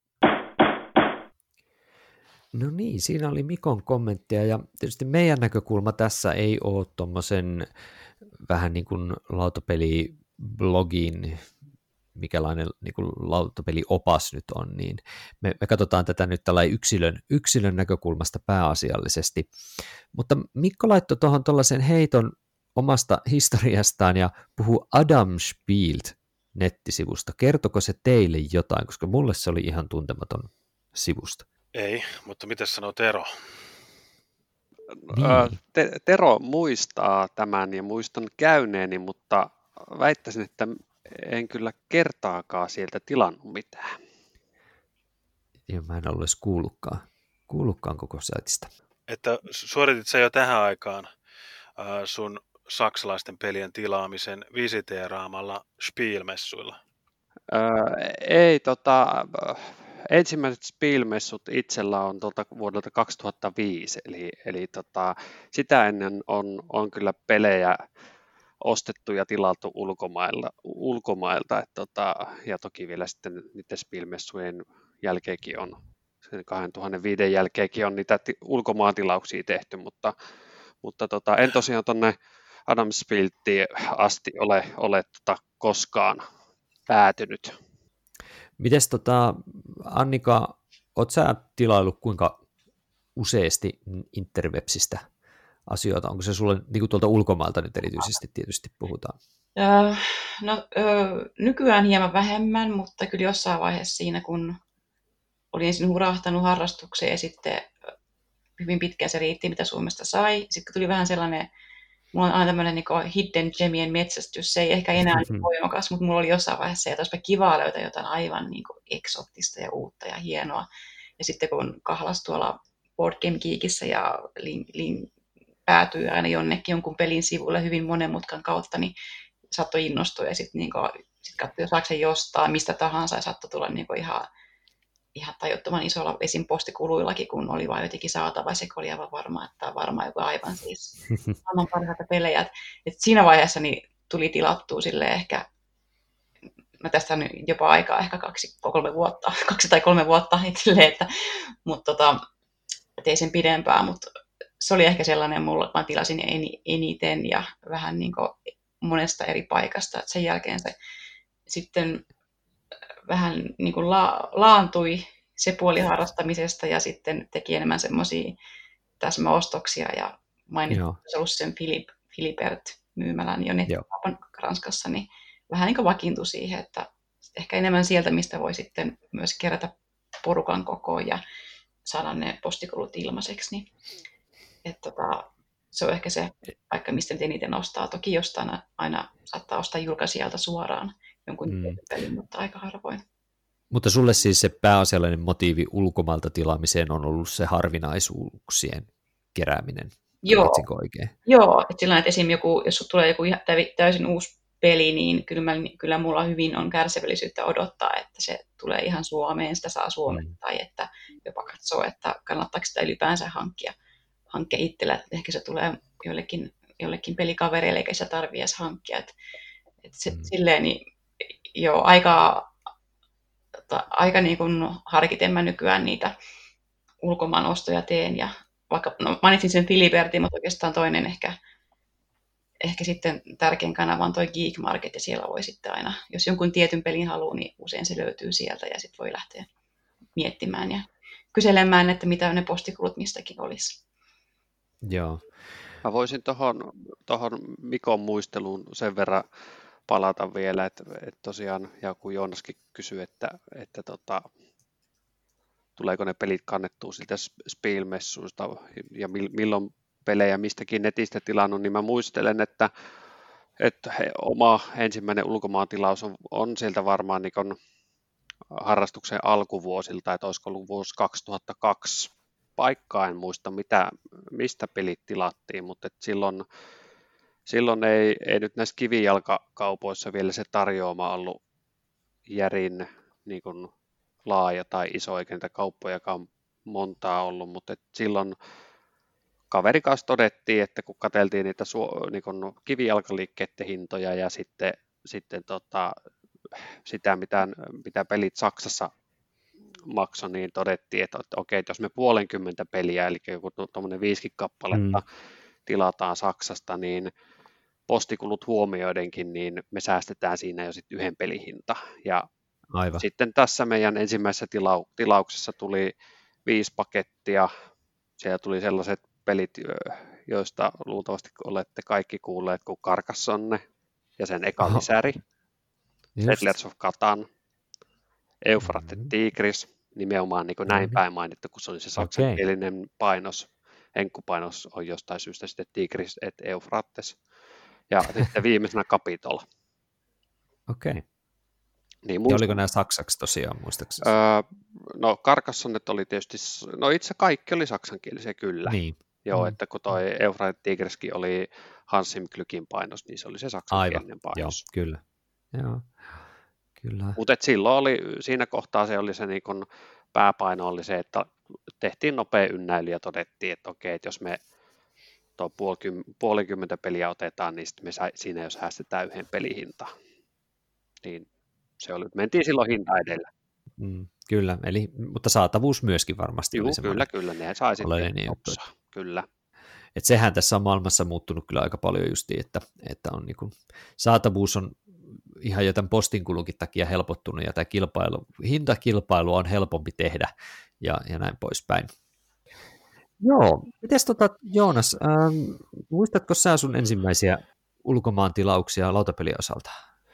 No niin, siinä oli Mikon kommentteja ja tietysti meidän näkökulma tässä ei ole tuommoisen vähän niin kuin lautapeliblogin, mikälainen niin kuin lautapeliopas nyt on, niin me, me katsotaan tätä nyt tällainen yksilön, yksilön näkökulmasta pääasiallisesti. Mutta Mikko laittoi tuohon tuollaisen heiton omasta historiastaan ja puhuu Adam Spielt nettisivusta. Kertoko se teille jotain, koska mulle se oli ihan tuntematon sivusta. Ei, mutta miten sanoo Tero? Niin. Te- Tero muistaa tämän ja muistan käyneeni, mutta väittäisin, että en kyllä kertaakaan sieltä tilannut mitään. Ja mä en ollut edes kuullutkaan, kuullutkaan koko sätistä. Että suoritit sä jo tähän aikaan äh, sun saksalaisten pelien tilaamisen visiteeraamalla Spielmessuilla? Öö, ei, tota, ensimmäiset Spielmessut itsellä on tuolta vuodelta kaksituhattaviisi, eli, eli tota, sitä ennen on, on kyllä pelejä ostettu ja tilattu ulkomailta, ulkomailta et, tota, ja toki vielä sitten niiden Spielmessujen jälkeenkin on, sen kaksituhattaviisi jälkeenkin on niitä ti- ulkomaantilauksia tehty, mutta, mutta tota, en tosiaan tuonne Adam Spieltiin asti ole, ole tota, koskaan päätynyt. Mites tota, Annika, oot sä tilaillut kuinka useasti interwebsistä asioita? Onko se sulle niin kuin tuolta ulkomailta nyt erityisesti tietysti puhutaan? Öö, no, öö, nykyään hieman vähemmän, mutta kyllä jossain vaiheessa siinä, kun olin ensin hurahtanut harrastukseen ja sitten hyvin pitkään se riitti, mitä Suomesta sai. Sitten tuli vähän sellainen, mulla on aina tämmöinen niin hidden gemien metsästys, se ei ehkä enää niin voimakas, mutta mulla oli jossain vaiheessa se, että olisipa kivaa löytää jotain aivan niin eksoottista ja uutta ja hienoa. Ja sitten kun kahlas tuolla Board Game Geekissä ja lin, lin, päätyy aina jonnekin jonkun pelin sivulle hyvin monen mutkan kautta, niin saattoi innostua ja sitten niin sit katsoi, saako se jostain, mistä tahansa ja saattoi tulla niin ihan, ihan tajuttoman isolla esim. Postikuluillakin, kun oli vain jotenkin saatava, se oli aivan varma, että tämä on varmaan joku aivan siis aivan parhaita pelejä. Et, et siinä vaiheessa niin tuli tilattua silleen ehkä, no tästä on jopa aikaa ehkä kaksi, kolme vuotta, kaksi tai kolme vuotta, että, mutta tota, et ei sen pidempään, mutta se oli ehkä sellainen mulla, että mä tilasin eniten ja vähän niin kuin monesta eri paikasta. Sen jälkeen se sitten vähän niin kuin la- laantui se puoli harrastamisesta ja sitten teki enemmän semmoisia täsmäostoksia ja mainitsin, että se ollut sen Philip, Philibert-myymälän jo nettikaupan Ranskassa, niin vähän niin kuin vakiintui siihen, että ehkä enemmän sieltä, mistä voi sitten myös kerätä porukan kokoon ja saada ne postikulut ilmaiseksi. Niin, että tota, se on ehkä se paikka, mistä nyt eniten ostaa. Toki jostain aina saattaa ostaa julkaisijalta suoraan jonkun mm. pelin, mutta aika harvoin. Mutta sulle siis se pääasiallinen motiivi ulkomailta tilaamiseen on ollut se harvinaisuuksien kerääminen. Joo, oikein? Joo, että sillä että esimerkiksi joku, jos tulee joku täysin uusi peli, niin kyllä, mä, kyllä mulla hyvin on kärsivällisyyttä odottaa, että se tulee ihan Suomeen, sitä saa Suomeen, mm. tai että jopa katsoo, että kannattaako sitä ylipäänsä hankkia, hankkia itsellä, että ehkä se tulee jollekin, jollekin pelikavereille, eikä sitä tarvitse edes hankkia. Että, että se, mm. silleen, niin joo, aika, aika niin kuin harkiten mä nykyään niitä ulkomaan ostoja teen, ja vaikka no, mainitsin sen Filibertin, mutta oikeastaan toinen ehkä, ehkä sitten tärkein kanava on toi Geek Market, ja siellä voi sitten aina, jos jonkun tietyn pelin haluaa, niin usein se löytyy sieltä, ja sitten voi lähteä miettimään ja kyselemään, että mitä ne postikulut mistäkin olisi. Joo. Mä voisin tuohon tohon Mikon muisteluun sen verran palata vielä, että, että tosiaan, ja kun Joonaskin kysyi, että, että tota, tuleeko ne pelit kannettua siltä Spielmessuista ja milloin pelejä mistäkin netistä tilannut, niin mä muistelen, että, että he, oma ensimmäinen ulkomaantilaus on, on sieltä varmaan niin harrastuksen alkuvuosilta, että olisiko ollut vuosi kaksituhattakaksi paikkaa, en muista mitä, mistä pelit tilattiin, mutta että silloin, silloin ei, ei nyt näissä kivijalkakaupoissa vielä se tarjoama ollut järin niin kuin laaja tai iso, eikä niitä kauppojakaan montaa ollut, mutta et silloin kaverin kanssa todettiin, että kun katseltiin niitä su- niin kun kivijalkaliikkeiden hintoja ja sitten, sitten tota, sitä, mitä, mitä pelit Saksassa maksoi, niin todettiin, että, että okei, että jos me puolenkymmentä peliä, eli joku tuommoinen viisikin kappaletta mm. tilataan Saksasta, niin postikulut huomioidenkin, niin me säästetään siinä jo sitten yhden pelin hinta. Ja Aivan. sitten tässä meidän ensimmäisessä tilau- tilauksessa tuli viisi pakettia. Siellä tuli sellaiset pelit, joista luultavasti olette kaikki kuulleet, kuin Carcassonne ja sen eka lisäri, Settlers of Catan, Euphrates mm-hmm. Tigris, nimenomaan niin kuin mm-hmm. näin päin mainittu, kun se oli se saksankielinen okay. painos. Enkkupainos on jostain syystä sitten Tigris et Euphrates. Ja sitten viimeisenä Capitol. Okei. Okay. Niin, muist... oliko nämä saksaksi tosiaan, muistaakseni? Öö, no Carcassonnet oli tietysti, no itse kaikki oli saksankielisiä kyllä. Niin. Joo, mm. että kun toi Euphrates Tigriskin oli Hans im Glückin painos, niin se oli se saksankielinen Aivan. painos. Joo, kyllä. Joo. Kyllä. Mutta silloin oli, siinä kohtaa se oli se niin kun pääpaino oli se, että tehtiin nopea ynnäily ja todettiin, että okei, että jos me tuo puolikymmentä peliä otetaan, niin sitten me siinä jos säästetään yhden pelihinta. Niin se oli, mentiin silloin hinta edellä. Mm, kyllä, eli, mutta saatavuus myöskin varmasti. Juu, oli kyllä, kyllä, ne sai sitten niin, opsaa, kyllä. Et sehän tässä on maailmassa muuttunut kyllä aika paljon justiin, että, että on niin kuin, saatavuus on ihan jo tämän postinkulunkin takia helpottunut, ja tämä kilpailu, hintakilpailu on helpompi tehdä, ja, ja näin poispäin. Joo, mites tota, Joonas, ähm, muistatko sä sun ensimmäisiä ulkomaan tilauksia lautapelien osalta?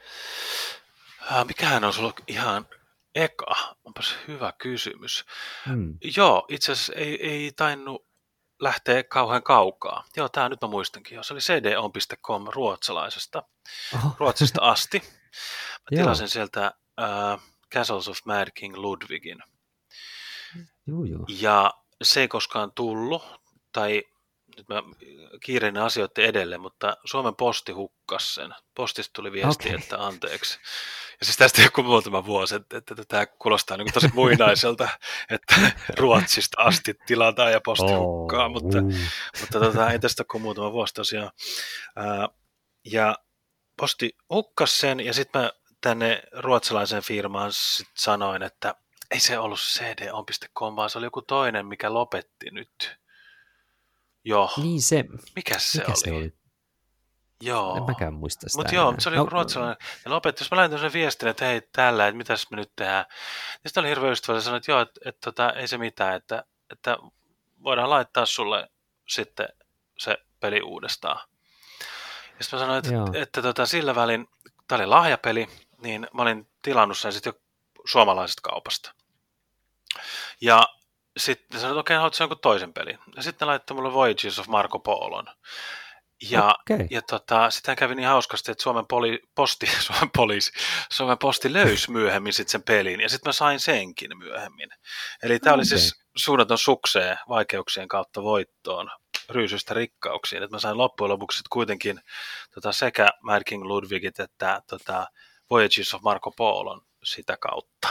Äh, mikähän on sulla ihan eka? Onpas hyvä kysymys. Hmm. Joo, itse asiassa ei, ei tainnut lähteä kauhean kaukaa. Joo, tämä nyt mä muistankin. Joo, se oli c d on piste com ruotsalaisesta, Oho. Ruotsista asti. Mä tilasin sieltä äh, Castles of Mad King Ludwigin. Joo, joo. Ja se ei koskaan tullut, tai nyt mä kiireinen asioiden edelleen, mutta Suomen Posti hukkasi sen. Postista tuli viesti, okay. että anteeksi. Ja siis tästä joku muutama vuosi, että, että, että tämä kuulostaa niin tosi muinaiselta, että Ruotsista asti tilataan ja Posti oh, hukkaa, mutta, uh. mutta tota, ei tästä kuin muutama vuosi tosiaan. Ää, ja Posti hukkasi sen, ja sitten mä tänne ruotsalaiseen firmaan sit sanoin, että ei se ollut c d on piste com, vaan se oli joku toinen, mikä lopetti nyt. Joo. Niin se. Mikä se mikä oli? Se oli? Joo. En mäkään muista sitä. Mutta joo, se oli no, joku ruotsalainen. Ja lopetti, jos mä laitan sen viestin, että hei tällä, että mitäs me nyt tehdään. Ja sitten oli hirveän ystävällinen sanoa, että joo, että, että, että ei se mitään, että, että voidaan laittaa sulle sitten se peli uudestaan. Ja sitten mä sanoin, että, että, että tota, sillä välin, tämä oli lahjapeli, niin mä olin tilannut sen sitten jo suomalaisesta kaupasta. Ja sitten sanoin, että okei, haluatko jonkun toisen pelin? Ja sitten ne laittoi mulle Voyages of Marco Polon. Ja, okay. ja tota, sitten kävi niin hauskasti, että Suomen, poli, posti, Suomen, poliisi, Suomen posti löysi myöhemmin sit sen pelin, ja sitten mä sain senkin myöhemmin. Eli tämä okay. oli siis suunnaton sukseen vaikeuksien kautta voittoon, ryysystä rikkauksiin. Et mä sain loppujen lopuksi kuitenkin tota, sekä Mad King Ludwigit että tota, Voyages of Marco Polon sitä kautta.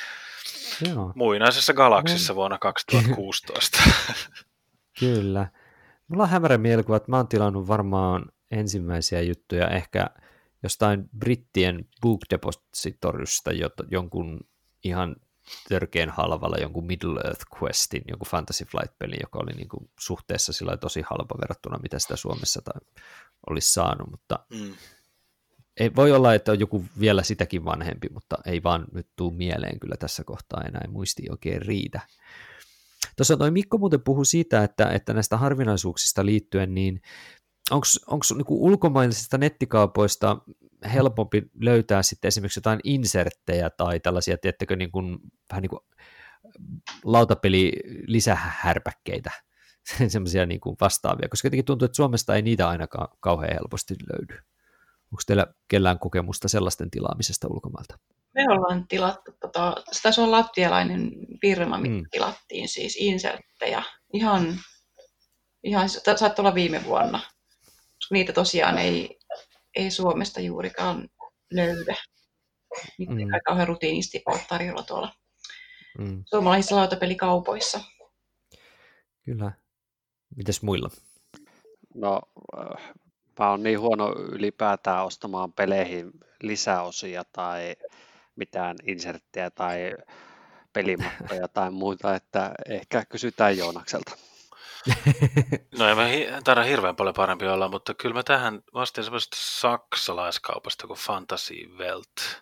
Joo. Muinaisessa galaksissa vuonna kaksituhattakuusitoista. Kyllä. Mulla on hämärä mielikuva, että mä oon tilannut varmaan ensimmäisiä juttuja ehkä jostain brittien Book Depositorysta jonkun ihan törkeän halvalla jonkun Middle Earth Questin, jonkun Fantasy Flight-peli, joka oli niin kuin suhteessa sillä tosi halpa verrattuna, mitä sitä Suomessa tai olisi saanut, mutta mm. ei, voi olla, että on joku vielä sitäkin vanhempi, mutta ei vaan nyt tule mieleen kyllä tässä kohtaa enää, ei muisti oikein riitä. Tuossa toi Mikko muuten puhui siitä, että, että näistä harvinaisuuksista liittyen, niin onko niinku ulkomaisista nettikaupoista helpompi löytää sitten esimerkiksi jotain inserttejä tai tällaisia, tiettäkö, niin kuin, vähän niin kuin lautapeli lisähärpäkkeitä, semmoisia niin kuin vastaavia, koska jotenkin tuntuu, että Suomesta ei niitä ainakaan kauhean helposti löydy. Onko teillä kellään kokemusta sellaisten tilaamisesta ulkomailta? Me ollaan tilattu, tota, se taisi olla latvialainen firma, mitä Mm. tilattiin siis inserttejä. Ihan, ihan saattoi olla viime vuonna, koska niitä tosiaan ei, ei Suomesta juurikaan löydä. Niitä Mm. ei kai kauhean rutiinisti ole tarjolla tuolla Mm. suomalaisissa lautapelikaupoissa. Kyllä. Mites muilla? No, äh, mä oon niin huono ylipäätään ostamaan peleihin lisäosia tai mitään inserttejä tai pelimattoja tai muuta, että ehkä kysytään Joonakselta. No ei me hi- taida hirveän paljon parempi olla, mutta kyllä mä tähän vastin semmoisesta saksalaiskaupasta kuin Fantasy Welt.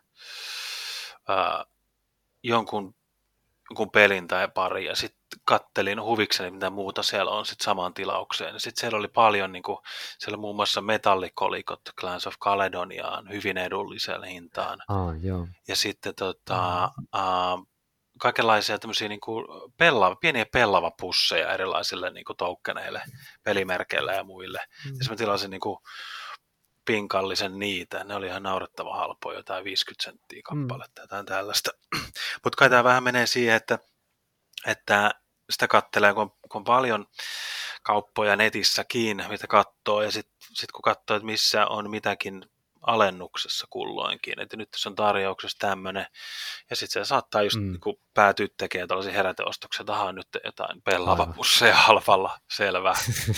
Äh, jonkun, jonkun pelin tai pari ja sitten kattelin huvikseni, mitä muuta siellä on sitten samaan tilaukseen. Sitten siellä oli paljon, niin kuin, siellä muun muassa metallikolikot Clans of Caledoniaan hyvin edullisella hintaan. Ah, joo. Ja sitten tota, äh, kaikenlaisia tämmöisiä niin kuin pella, pieniä pellavapusseja erilaisille niin kuin toukkeneille, pelimerkeille ja muille. Mm. Ja mä tilasin niin kuin pinkallisen niitä. Ne oli ihan naurettava halpoja, jotain viisikymmentä senttiä kappaletta, mm. jotain tällaista. Mutta kai tämä vähän menee siihen, että, että sitä katselee, kun on, kun on paljon kauppoja netissäkin, mitä katsoo, ja sitten sit kun katsoo, että missä on mitäkin alennuksessa kulloinkin, että nyt tässä on tarjouksessa tämmöinen, ja sitten se saattaa just mm. niin päätyä tekemään tällaisia heräteostoksia, että ahaa, nyt jotain pellavapusseja halvalla, selvä.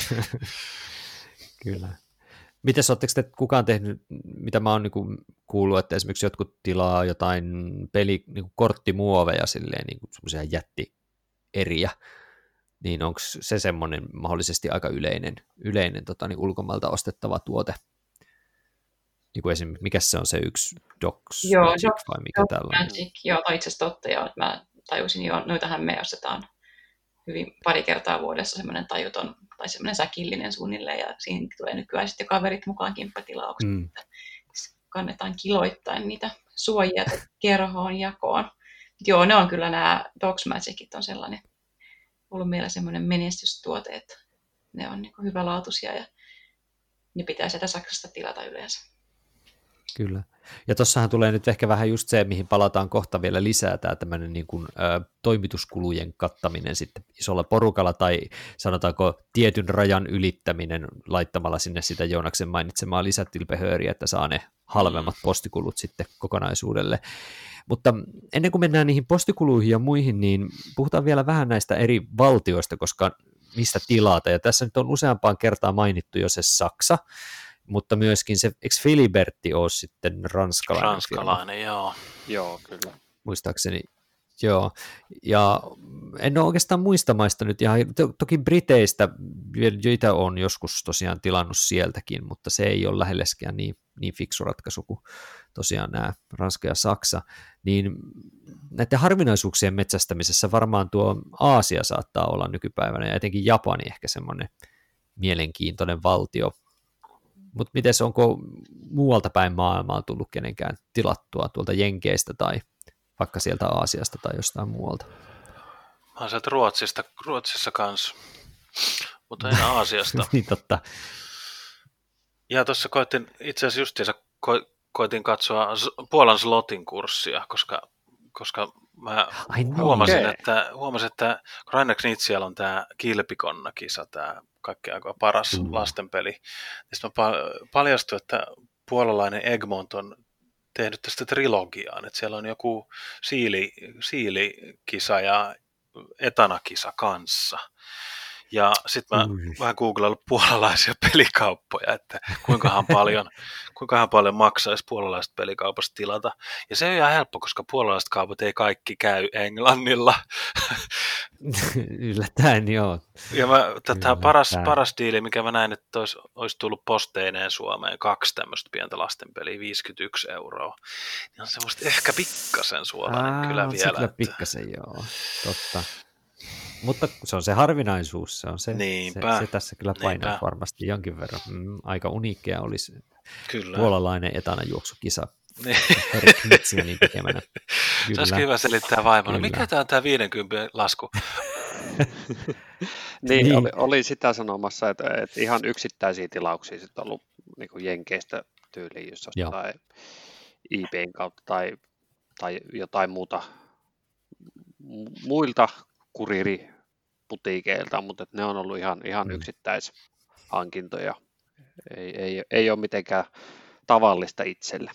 Kyllä. Mites ootteko te kukaan tehnyt, mitä mä oon niinku kuullut, että esimerkiksi jotkut tilaa jotain peli, niinku korttimuoveja, silleen niinku semmoisia jättieriä, niin onko se semmoinen mahdollisesti aika yleinen, yleinen tota, niin ulkomailta ostettava tuote? Niin kuin esimerkiksi, mikä se on se yksi Docs Joo, Magic Doc, vai mikä Doc tällainen? Magic, joo, tai itse asiassa totta, joo, että mä tajusin jo, noitahan me ostetaan hyvin pari kertaa vuodessa semmoinen tajuton tai semmoinen säkillinen suunnilleen, ja siihen tulee nykyään sitten kaverit mukaan kimppatilaukset, mm. että kannetaan kiloittain niitä suojia kerhoon jakoon. Joo, ne on kyllä nämä Docs Magicit on sellainen, ollut meillä semmoinen menestystuote, että ne on niin kuin hyvälaatuisia ja ne pitää sieltä Saksasta tilata yleensä. Kyllä. Ja tuossahan tulee nyt ehkä vähän just se, mihin palataan kohta vielä lisää, tämä tämmöinen niin kuin, ä, toimituskulujen kattaminen sitten isolla porukalla, tai sanotaanko tietyn rajan ylittäminen laittamalla sinne sitä Joonaksen mainitsemaa lisätilpehööriä, että saa ne halvemmat postikulut sitten kokonaisuudelle. Mutta ennen kuin mennään niihin postikuluihin ja muihin, niin puhutaan vielä vähän näistä eri valtioista, koska mistä tilata, ja tässä nyt on useampaan kertaan mainittu jo se Saksa, mutta myöskin se, eikö Filibertti ole sitten ranskalainen? Ranskalainen, firma? joo. Joo, kyllä. Muistaakseni, joo. Ja en ole oikeastaan muista maista nyt ihan, to, toki Briteistä, joita on joskus tosiaan tilannut sieltäkin, mutta se ei ole lähellekään niin, niin fiksu ratkaisu kuin tosiaan nämä Ranska ja Saksa, niin näiden harvinaisuuksien metsästämisessä varmaan tuo Aasia saattaa olla nykypäivänä, ja etenkin Japani ehkä semmoinen mielenkiintoinen valtio. Mutta miten onko muualta päin maailmaa tullut kenenkään tilattua tuolta Jenkeistä tai vaikka sieltä Aasiasta tai jostain muualta? Mä oon sieltä Ruotsista, Ruotsissa kanssa, mutta en Aasiasta. Niin totta. Ja tuossa koitin, itse asiassa justiinsa ko, koitin katsoa Puolan zlotin kurssia, koska, koska mä Ai niin. huomasin, Okei. että, huomasin, että Rainer Knitsialla on tämä Kilpikonna-kisa, tämä kaikkein aika paras Mm. lastenpeli. Sitten mä pa- paljastui, että puolalainen Egmont on tehnyt tästä trilogiaan, että siellä on joku siili, siilikisa ja etanakisa kanssa. Ja sitten mä Ui. vähän googlaillut puolalaisia pelikauppoja, että kuinkahan paljon, kuinkahan paljon maksaisi puolalaiset pelikaupasta tilata. Ja se on ihan helppo, koska puolalaiset kaupat ei kaikki käy englannilla. Yllättäen, joo. Ja mä, tätä paras, Yllättäen. paras diili, mikä mä näin, että olisi, olisi tullut posteineen Suomeen kaksi tämmöistä pientä lastenpeliä, viisikymmentäyksi euroa. Niin on semmoista ehkä pikkasen suolainen Aa, kyllä on se vielä. kyllä että- pikkasen, joo. Totta. Mutta se on se harvinaisuus, se on se, se, Niinpä, se tässä kyllä painaa niinpä. varmasti jonkin verran. Mm, aika uniikkia olisi Kyllä. puolalainen etanajuoksukisa Niin. Erik Knitsianin tekemänä. Se olisi Kyllä. hyvä selittää vaimolle. Kyllä. Mikä tämä on tämä viidenkymmenen lasku? Niin, Niin. Oli, oli sitä sanomassa, että, että ihan yksittäisiä tilauksia sitten ollut niin kuin Jenkeistä tyyliin, jos Joo. jostain eBayn kautta tai, tai jotain muuta mu- muilta kuririputiikeilta, mutta että ne on ollut ihan, ihan Mm. yksittäishankintoja. Ei, ei, ei ole mitenkään tavallista itselle.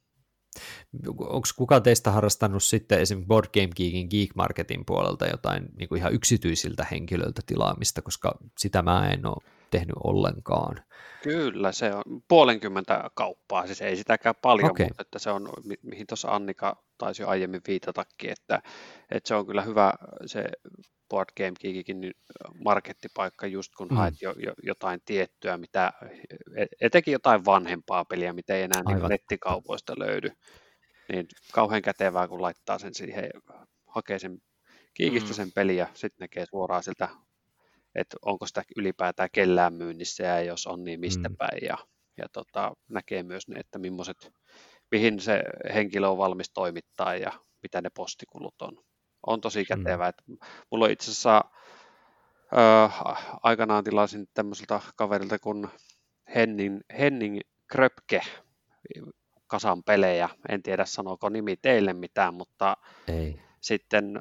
Onko kukaan teistä harrastanut sitten esimerkiksi Board Game Geekin Geek Marketin puolelta jotain niin kuin ihan yksityisiltä henkilöiltä tilaamista, koska sitä mä en ole tehnyt ollenkaan. Kyllä, se on puolenkymmentä kauppaa, siis ei sitäkään paljon, Okei. mutta että se on, mi- mihin tuossa Annika taisi jo aiemmin viitatakin, että, että se on kyllä hyvä se Board Game Geekikin markettipaikka, just kun Mm. mm. haet jo, jo, jotain tiettyä, mitä, et- etenkin jotain vanhempaa peliä, mitä ei enää niin Aivan. nettikaupoista löydy, niin kauhean kätevää, kun laittaa sen siihen, hakee sen Geekistä Mm. sen peliä ja sitten näkee suoraan siltä, että onko sitä ylipäätään kellään myynnissä ja jos on, niin mistä Mm. päin. Ja, ja tota, näkee myös ne, että millaiset, mihin se henkilö on valmis toimittaa ja mitä ne postikulut on. On tosi kätevää. Mm. Mulla on itse asiassa ö, aikanaan tilasin tämmöiseltä kaverilta kuin Henning, Henning Kröpke kasan pelejä. En tiedä sanooko nimi teille mitään, mutta Ei. sitten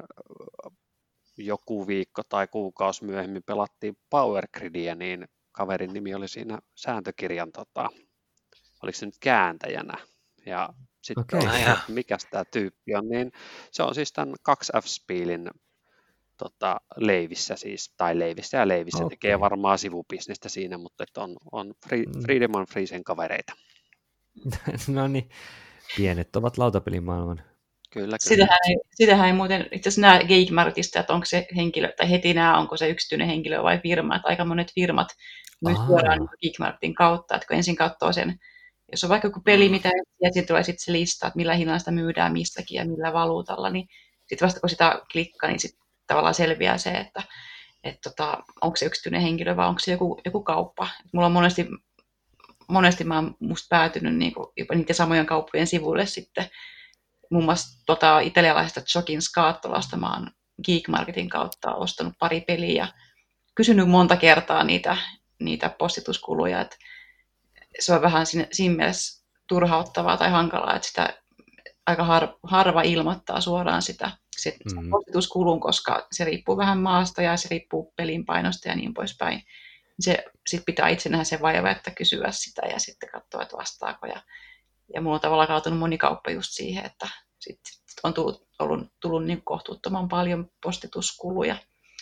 joku viikko tai kuukausi myöhemmin pelattiin Power Gridia, niin kaverin nimi oli siinä sääntökirjan, tota, oliko se nyt kääntäjänä. Ja sitten Okei. oli, Ai että jaa. mikä tämä tyyppi on, niin se on siis tämän kaksi F-Spielin tota, leivissä siis, tai leivissä ja leivissä, Okei. tekee varmaan sivubisnestä siinä, mutta että on, on Free, Mm. Freedom and Freezen kavereita. No niin, pienet ovat lautapelimaailman. Kyllä, kyllä. Sitähän ei, sitähän ei muuten itse asiassa näe Geek Marketista, että onko se henkilö, tai heti näe, onko se yksityinen henkilö vai firma. Että aika monet firmat myös Aa. suoraan niin Geek Marketin kautta, että kun ensin katsoo sen, jos on vaikka joku peli, mitä ja sitten tulee sitten se lista, että millä hinnalla sitä myydään mistäkin ja millä valuutalla, niin sitten vasta kun sitä klikkaa, niin sitten tavallaan selviää se, että et tota, onko se yksityinen henkilö vai onko se joku, joku kauppa. Et mulla on monesti, monesti mä oon musta päätynyt niinku jopa niiden samojen kauppojen sivuille sitten. Muun muassa tota italialaisesta Jokin Scatolasta mä oon Geek Marketin kautta ostanut pari peliä ja kysynyt monta kertaa niitä, niitä postituskuluja. Et se on vähän siinä, siinä mielessä turhauttavaa tai hankalaa, että sitä aika har, harva ilmoittaa suoraan sitä, sitä Mm. postituskulun, koska se riippuu vähän maasta ja se riippuu pelin painosta ja niin poispäin. Se sit pitää itse nähdä se vaiva, että kysyä sitä ja sitten katsoa, että vastaako. Ja, ja mulla on tavallaan kaatunut moni kauppa just siihen, että sit, sit on tullut, ollut, tullut niin kohtuuttoman paljon postituskuluja,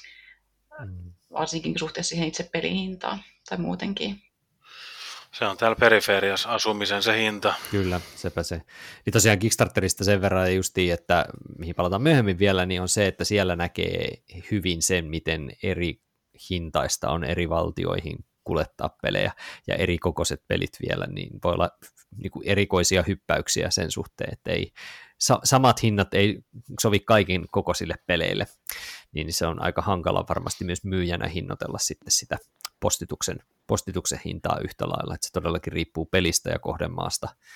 Mm. varsinkin suhteessa siihen itse pelin hintaan tai muutenkin. Se on täällä periferiassa asumisen se hinta. Kyllä, sepä se. Niin tosiaan Kickstarterista sen verran justiin, että mihin palataan myöhemmin vielä, niin on se, että siellä näkee hyvin sen, miten eri hintaista on eri valtioihin kuljettaa pelejä ja eri kokoiset pelit vielä, niin voi olla niin kuin erikoisia hyppäyksiä sen suhteen, että ei, sa- samat hinnat ei sovi kaikin kokoisille peleille, niin se on aika hankala varmasti myös myyjänä hinnoitella sitten sitä postituksen, postituksen hintaa yhtä lailla, että se todellakin riippuu pelistä ja kohdemaasta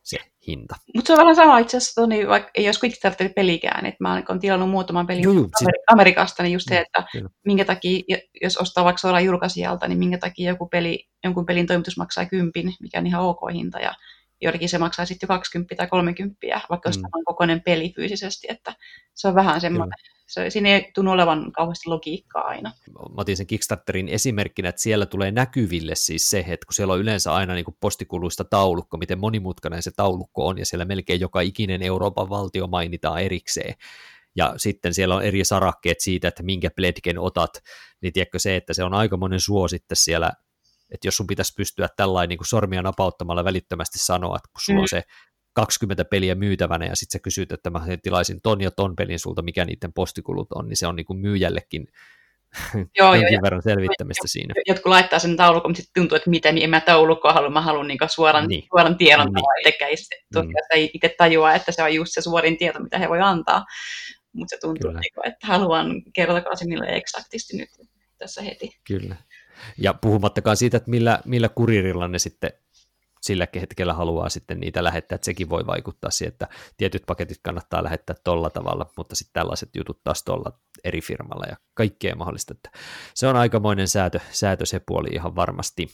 se hinta. Mutta se on vähän sama itse asiassa, Toni, vaikka ei olisi Quickstarter-pelikään, että mä olen tilannut muutaman pelin Joo, joo, siis- Amerikasta, niin just se, että Kyllä. minkä takia, jos ostaa vaikka suoraan julkaisijalta, niin minkä takia joku peli, jonkun pelin toimitus maksaa kympin, mikä on ihan ok hinta, ja joidenkin se maksaa sitten jo kaksikymmentä tai kolmekymmentä, vaikka jos Mm. tämä on kokoinen peli fyysisesti, että se on vähän semmoinen, se, siinä ei tunnu olevan kauheasti logiikkaa aina. Mä otin sen Kickstarterin esimerkkinä, että siellä tulee näkyville siis se, että kun siellä on yleensä aina niin kuin postikuluista taulukko, miten monimutkainen se taulukko on, ja siellä melkein joka ikinen Euroopan valtio mainitaan erikseen, ja sitten siellä on eri sarakkeet siitä, että minkä pledgen otat, niin tiedätkö se, että se on aikamoinen suo sitten siellä, että jos sun pitäisi pystyä tällainen niin kuin sormia napauttamalla välittömästi sanoa, että kun sulla on se kaksikymmentä peliä myytävänä ja sitten sä kysyt, että mä tilaisin ton ja ton pelin sulta, mikä niiden postikulut on, niin se on niin kuin myyjällekin Joo, jonkin joo, verran selvittämistä siinä. Jotkut laittaa sen taulukon, mutta sitten tuntuu, että mitä, niin en mä taulukkoa halua, mä haluan niin suoran, Niin. suoran tiedon, Niin. niin. Itsekään Mm. ei itse tajua, että se on just se suorin tieto, mitä he voi antaa, mutta se tuntuu, Kyllä. niin kuin, että haluan kertokaa se niille eksaktisti nyt tässä heti. Kyllä. Ja puhumattakaan siitä, että millä, millä kuririlla ne sitten sillä hetkellä haluaa sitten niitä lähettää, että sekin voi vaikuttaa siihen, että tietyt paketit kannattaa lähettää tolla tavalla, mutta sitten tällaiset jutut taas tolla eri firmalla ja kaikkea mahdollista. Että se on aikamoinen säätö, säätö se puoli ihan varmasti.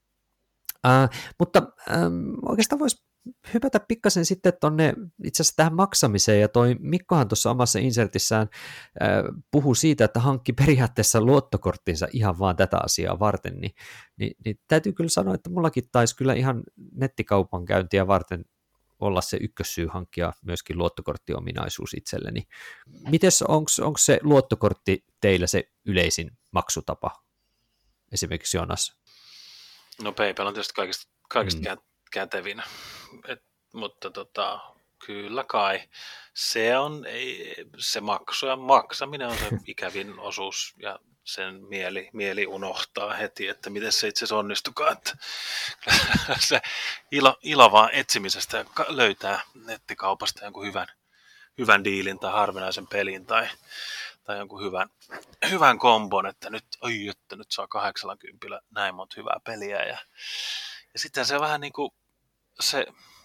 Äh, mutta ähm, oikeastaan voisi hypätä pikkasen sitten tuonne itse asiassa tähän maksamiseen, ja toi Mikkohan tuossa omassa insertissään äh, puhui siitä, että hankki periaatteessa luottokorttinsa ihan vaan tätä asiaa varten, niin, niin, niin täytyy kyllä sanoa, että mullakin taisi kyllä ihan nettikaupankäyntiä varten olla se ykkössyy hankkia myöskin luottokorttiominaisuus itselleni. Mites, onko se luottokortti teillä se yleisin maksutapa, esimerkiksi Jonas? No PayPal on tietysti kaikista, kaikista Mm. mm. kätevin, Et, mutta tota, kyllä kai. Se on, ei, se maksu ja maksaminen on se ikävin osuus ja sen mieli, mieli unohtaa heti, että miten se itse asiassa onnistukaan. Että se ilo, ilo vaan etsimisestä ja löytää nettikaupasta jonkun hyvän, hyvän diilin tai harvinaisen pelin tai, tai jonkun hyvän, hyvän kombon, että nyt, oi, että nyt saa kahdeksankymmentä näin monta hyvää peliä. Ja, ja sitten se vähän niin kuin se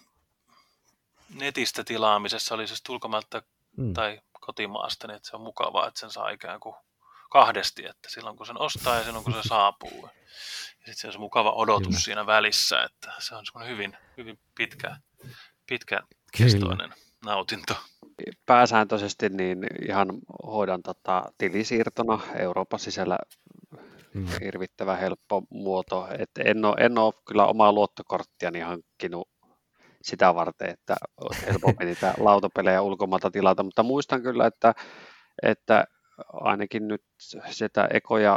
netistä tilaamisessa oli se ulkomailta Mm. tai kotimaasta, niin että se on mukavaa, että sen saa ikään kuin kahdesti, että silloin kun sen ostaa ja silloin kun se saapuu. Ja sitten se on se mukava odotus Kyllä. siinä välissä, että se on semmoinen hyvin, hyvin pitkä, pitkä Kyllä. kestoinen nautinto. Pääsääntöisesti niin ihan hoidan tota tilisiirtona Euroopan sisällä Mm. hirvittävän helppo muoto. Et en, ole, en ole kyllä omaa luottokorttiani hankkinut sitä varten, että olisi helpompi niitä lautapelejä ulkomailta tilata, mutta muistan kyllä, että, että ainakin nyt sitä ekoja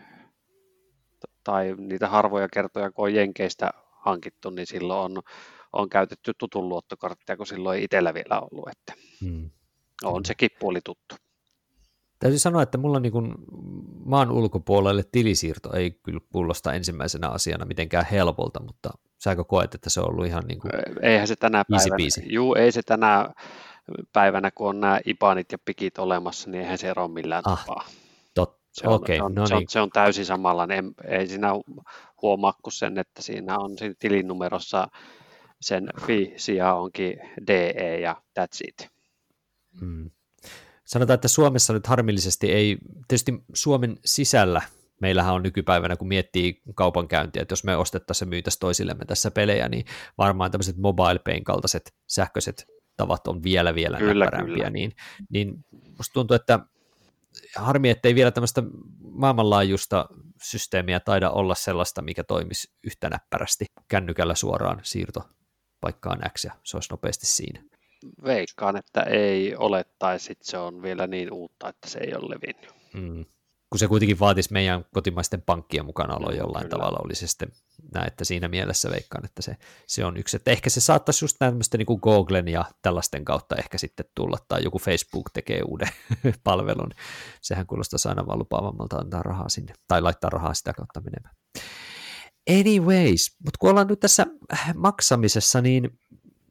tai niitä harvoja kertoja, kun on Jenkeistä hankittu, niin silloin on, on käytetty tutun luottokorttia, kun silloin ei itsellä vielä ollut, että Mm. on sekin puoli tuttu. Täytyy sanoa, että mulla niin kuin maan ulkopuolelle tilisiirto ei kyllä kuulosta ensimmäisenä asiana mitenkään helpolta, mutta sääkö koet, että se on ollut ihan niin kuin Eihän se tänä easy päivänä, peasy? juu, ei se tänä päivänä, kun on nämä ibanit ja pikit olemassa, niin eihän se ero millään Ah, tapaa. tot, Se on, okei, se, on, no se, on, niin, se on täysin samanlainen. Ei, ei siinä huomaa kuin sen, että siinä on siinä tilinumerossa sen fi-sija onkin D E ja that's it. mm. Sanotaan, että Suomessa nyt harmillisesti ei, tietysti Suomen sisällä meillähän on nykypäivänä, kun miettii kaupankäyntiä, että jos me ostettaisiin ja myytäisiin toisillemme tässä pelejä, niin varmaan tämmöiset mobile payn kaltaiset sähköiset tavat on vielä vielä Kyllä, näppärämpiä, kyllä. niin, niin musta tuntuu, että harmi, ettei vielä tämmöistä maailmanlaajuista systeemiä taida olla sellaista, mikä toimisi yhtä näppärästi kännykällä suoraan siirto paikkaan X ja se olisi nopeasti siinä. Veikkaan, että ei ole, tai sitten se on vielä niin uutta, että se ei ole levinnyt. Mm. Kun se kuitenkin vaatisi meidän kotimaisten pankkien mukanaoloa Mm, jollain kyllä. tavalla, oli se sitten näin, että siinä mielessä veikkaan, että se, se on yksi. Että ehkä se saattaisi just tämmöistä niin kuin Googlen ja tällaisten kautta ehkä sitten tulla, tai joku Facebook tekee uuden palvelun. Sehän kuulostaa aina vaan lupaavammalta antaa rahaa sinne, tai laittaa rahaa sitä kautta menemään. Anyways, mutta kun ollaan nyt tässä maksamisessa, niin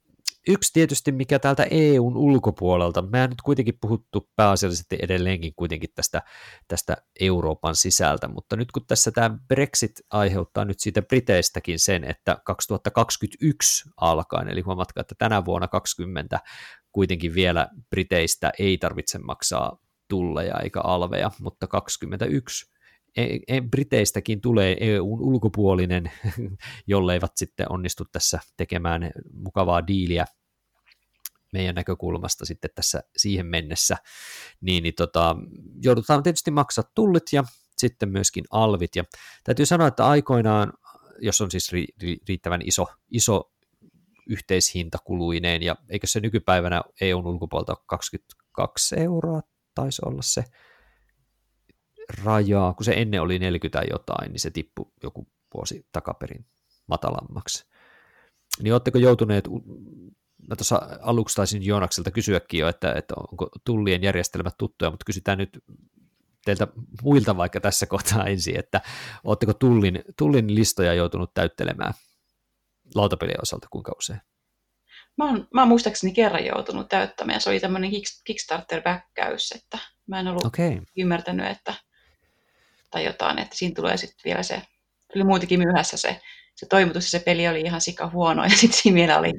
yksi tietysti, mikä täältä E U:n ulkopuolelta, mehän nyt kuitenkin puhuttu pääasiallisesti edelleenkin kuitenkin tästä, tästä Euroopan sisältä, mutta nyt kun tässä tämä Brexit aiheuttaa nyt siitä Briteistäkin sen, että kaksituhattakaksikymmentäyksi alkaen, eli huomatkaa, että tänä vuonna kaksikymmentä kuitenkin vielä Briteistä ei tarvitse maksaa tulleja eikä alveja, mutta kaksikymmentäyksi Briteistäkin tulee E U:n ulkopuolinen, jolleivät sitten onnistu tässä tekemään mukavaa diiliä meidän näkökulmasta sitten tässä siihen mennessä, niin, niin tota, joudutaan tietysti maksaa tullit ja sitten myöskin alvit. Ja täytyy sanoa, että aikoinaan, jos on siis ri, ri, riittävän iso, iso yhteishinta kuluineen, ja eikö se nykypäivänä E U:n ulkopuolelta kaksikymmentäkaksi euroa taisi olla se rajaa, kun se ennen oli neljäkymmentä jotain, niin se tippui joku vuosi takaperin matalammaksi. Niin ootteko joutuneet, mä tuossa aluksi taisin Joonakselta kysyäkin jo, että, että onko tullien järjestelmät tuttuja, mutta kysytään nyt teiltä muilta vaikka tässä kohtaa ensin, että ootteko tullin, tullin listoja joutunut täyttelemään lautapelien osalta kuinka usein? Mä oon, mä oon muistaakseni kerran joutunut täyttämään, ja se oli tämmöinen Kickstarter-bäkkäys, että mä en ollut okay. ymmärtänyt, että tai jotain, että siinä tulee sitten vielä se, tuli muutenkin myöhässä se, se toimitus, ja se peli oli ihan sika huono, ja sitten siinä vielä oli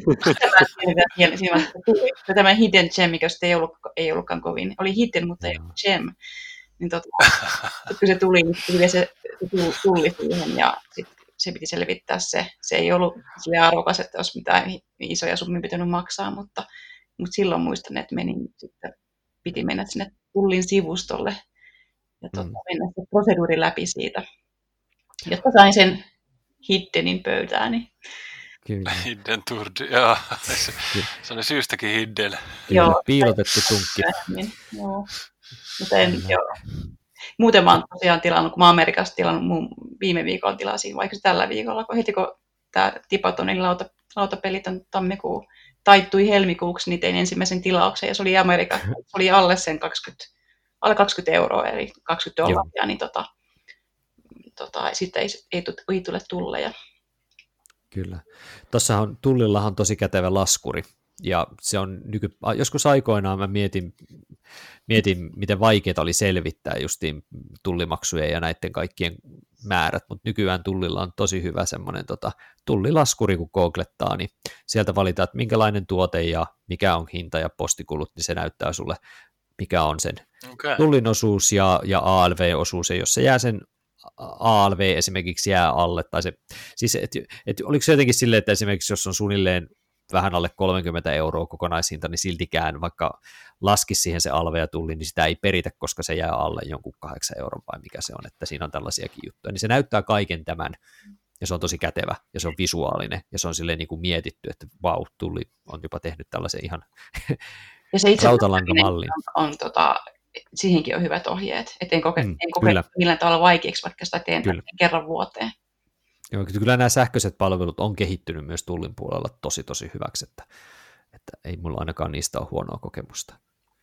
tämä hidden gem, mikä ei, ollut, ei ollutkaan kovin, oli hidden, mutta ei ollut gem, niin tota, kun se tuli, niin tuli se, se tulli siihen, ja sitten se piti selvittää se, se ei ollut sille arvokas, että olisi mitään isoja summia pitänyt maksaa, mutta, mutta silloin muistan, että menin, sitten piti mennä sinne tullin sivustolle, ja tuota, mm. mennä se proseduuri läpi siitä, jotta sain sen hiddenin pöytääni. Kyllä. Hidden turd, joo. Se, se oli syystäkin hidden. Kyllä, joo, piilotettu tunkki. Niin, joo. Mutta en, joo. Muuten mä oon tosiaan tilannut, kun mä Amerikassa tilannut mun viime viikolla tilasin, vaikka tällä viikolla, kun heti kun tämä Tipatonin lauta, lautapelit on tammikuun taittui helmikuuksi, niin tein ensimmäisen tilauksen, ja se oli Amerikassa, se oli alle sen kaksikymmentä, alle kaksikymmentä euroa, eli kaksikymmentä dollaria, niin tota, tota, sitten ei, ei, ei tule tulleja. Kyllä. Tuossahan tullillahan on tosi kätevä laskuri, ja se on nyky... joskus aikoinaan mä mietin, mietin, miten vaikeaa oli selvittää justiin tullimaksuja ja näiden kaikkien määrät, mutta nykyään tullilla on tosi hyvä semmoinen tota, tullilaskuri, kun googlettaa, niin sieltä valitaan, että minkälainen tuote ja mikä on hinta ja postikulut, niin se näyttää sulle, mikä on sen okay. tullin osuus ja, ja A L V-osuus, ja jos se jää sen A L V esimerkiksi jää alle, tai se, siis et, et, oliko se jotenkin silleen, että esimerkiksi jos on suunnilleen vähän alle kolmekymmentä euroa kokonaishinta, niin siltikään vaikka laskisi siihen se alve ja tulli, niin sitä ei peritä, koska se jää alle jonkun kahdeksan euron vai mikä se on, että siinä on tällaisiakin juttuja. Niin se näyttää kaiken tämän, ja se on tosi kätevä, ja se on visuaalinen, ja se on silleen niin kuin mietitty, että vau, wow, tulli on jopa tehnyt tällaisen ihan rautalankamallin. On, on, tota, siihenkin on hyvät ohjeet, et en koke, mm, en koke millään tavalla vaikeaksi, vaikka sitä teen kerran vuoteen. Joo, kyllä nämä sähköiset palvelut on kehittynyt myös tullin puolella tosi tosi hyväksi, että, että ei mulla ainakaan niistä ole huonoa kokemusta.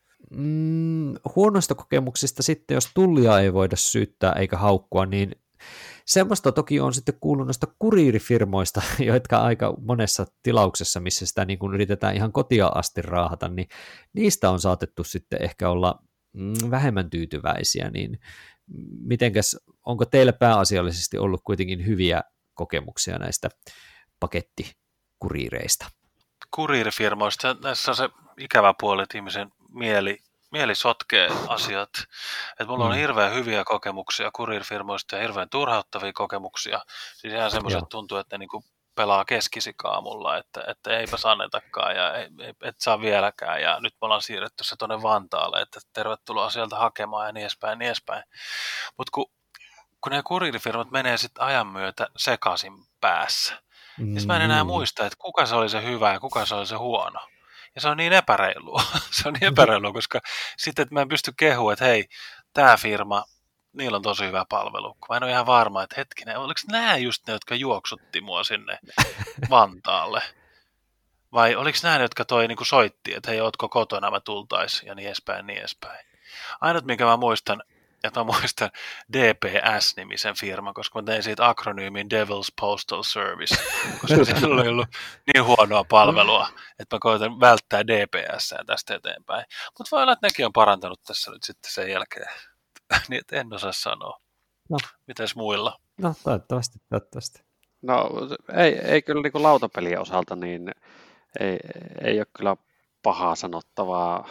Mm, huonoista kokemuksista sitten, jos tullia ei voida syyttää eikä haukkua, niin semmoista toki on sitten kuullut noista kuriirifirmoista, jotka aika monessa tilauksessa, missä sitä niin kun yritetään ihan kotia asti raahata, niin niistä on saatettu sitten ehkä olla mm, vähemmän tyytyväisiä, niin mitenkäs, onko teillä pääasiallisesti ollut kuitenkin hyviä kokemuksia näistä pakettikuriireista? Kuriirifirmoista, näissä on se ikävä puoli, että ihmisen mieli, mieli sotkee asiat. Et mulla on mm. hirveän hyviä kokemuksia kuriirifirmoista ja hirveän turhauttavia kokemuksia. Siis ihan semmoiset tuntuu, että ne niinku pelaa keskisikaa mulla, että, että eipä annetakaan ja ei, ei, et saa vieläkään. Ja nyt me ollaan siirretty se tuonne Vantaalle, että tervetuloa sieltä hakemaan ja niin edespäin, niin edespäin. Mutta kun, kun ne kuriirifirmat menee sitten ajan myötä sekaisin päässä, mm. niin mä en enää muista, että kuka se oli se hyvä ja kuka se oli se huono. Ja se on niin epäreilua. se on niin epäreilua, koska sitten että mä en pysty kehumaan, että hei, tämä firma, niillä on tosi hyvä palvelu. Mä en ole ihan varma, että hetkinen, oliko nämä just ne, jotka juoksutti mua sinne Vantaalle? Vai oliko nämä ne, jotka toi, niin kuin soitti, että hei, ootko kotona, mä tultais ja niin edespäin, niin edespäin. Ainut, minkä mä muistan, Ja mä muistan D P S-nimisen firman, koska mä tein siitä akronyymin Devil's Postal Service, koska siellä oli ollut niin huonoa palvelua, että mä koitan välttää D P S tästä eteenpäin. Mutta voi olla, että nekin on parantanut tässä nyt sitten sen jälkeen. Niin, että en osaa sanoa. No. Mites muilla? No, toivottavasti, toivottavasti. No, ei, ei kyllä niin kuin lautapelien osalta, niin ei, ei ole kyllä pahaa sanottavaa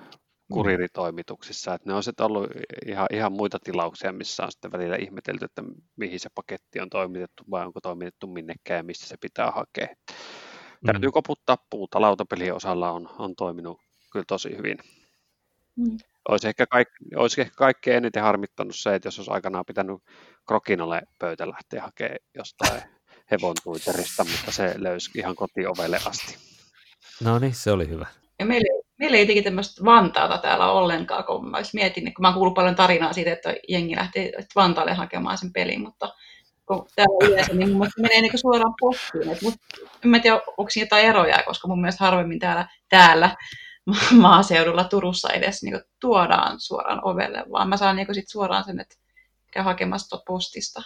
kuriritoimituksissa. Että ne on sitten ollut ihan, ihan muita tilauksia, missä on sitten välillä ihmetelty, että mihin se paketti on toimitettu vai onko toimitettu minnekään ja missä se pitää hakea. Mm. Täytyy koputtaa puuta. Lautapelien osalla on, on toiminut kyllä tosi hyvin. Mm. Olisi ehkä, kaikki, olisi ehkä kaikkein eniten harmittanut se, että jos olisi aikanaan pitänyt Krokinalle pöytä lähteä hakemaan jostain hevontuiterista, mutta se löysi ihan kotiovelle asti. No niin, se oli hyvä. Ja meillä, meillä ei teki tämmöistä Vantaata täällä ollenkaan, kun mä mietin, kun mä oon kuullut paljon tarinaa siitä, että jengi lähti Vantaalle hakemaan sen pelin, mutta kun täällä yleensä, niin mun mielestä menee niin suoraan postiin. Et mut, en mä tiedä, onko siinä jotain eroja, koska mun mielestä harvemmin täällä, täällä maaseudulla Turussa edes niin tuodaan suoraan ovelle, vaan mä saan niin sit suoraan sen, että käy hakemassa postista.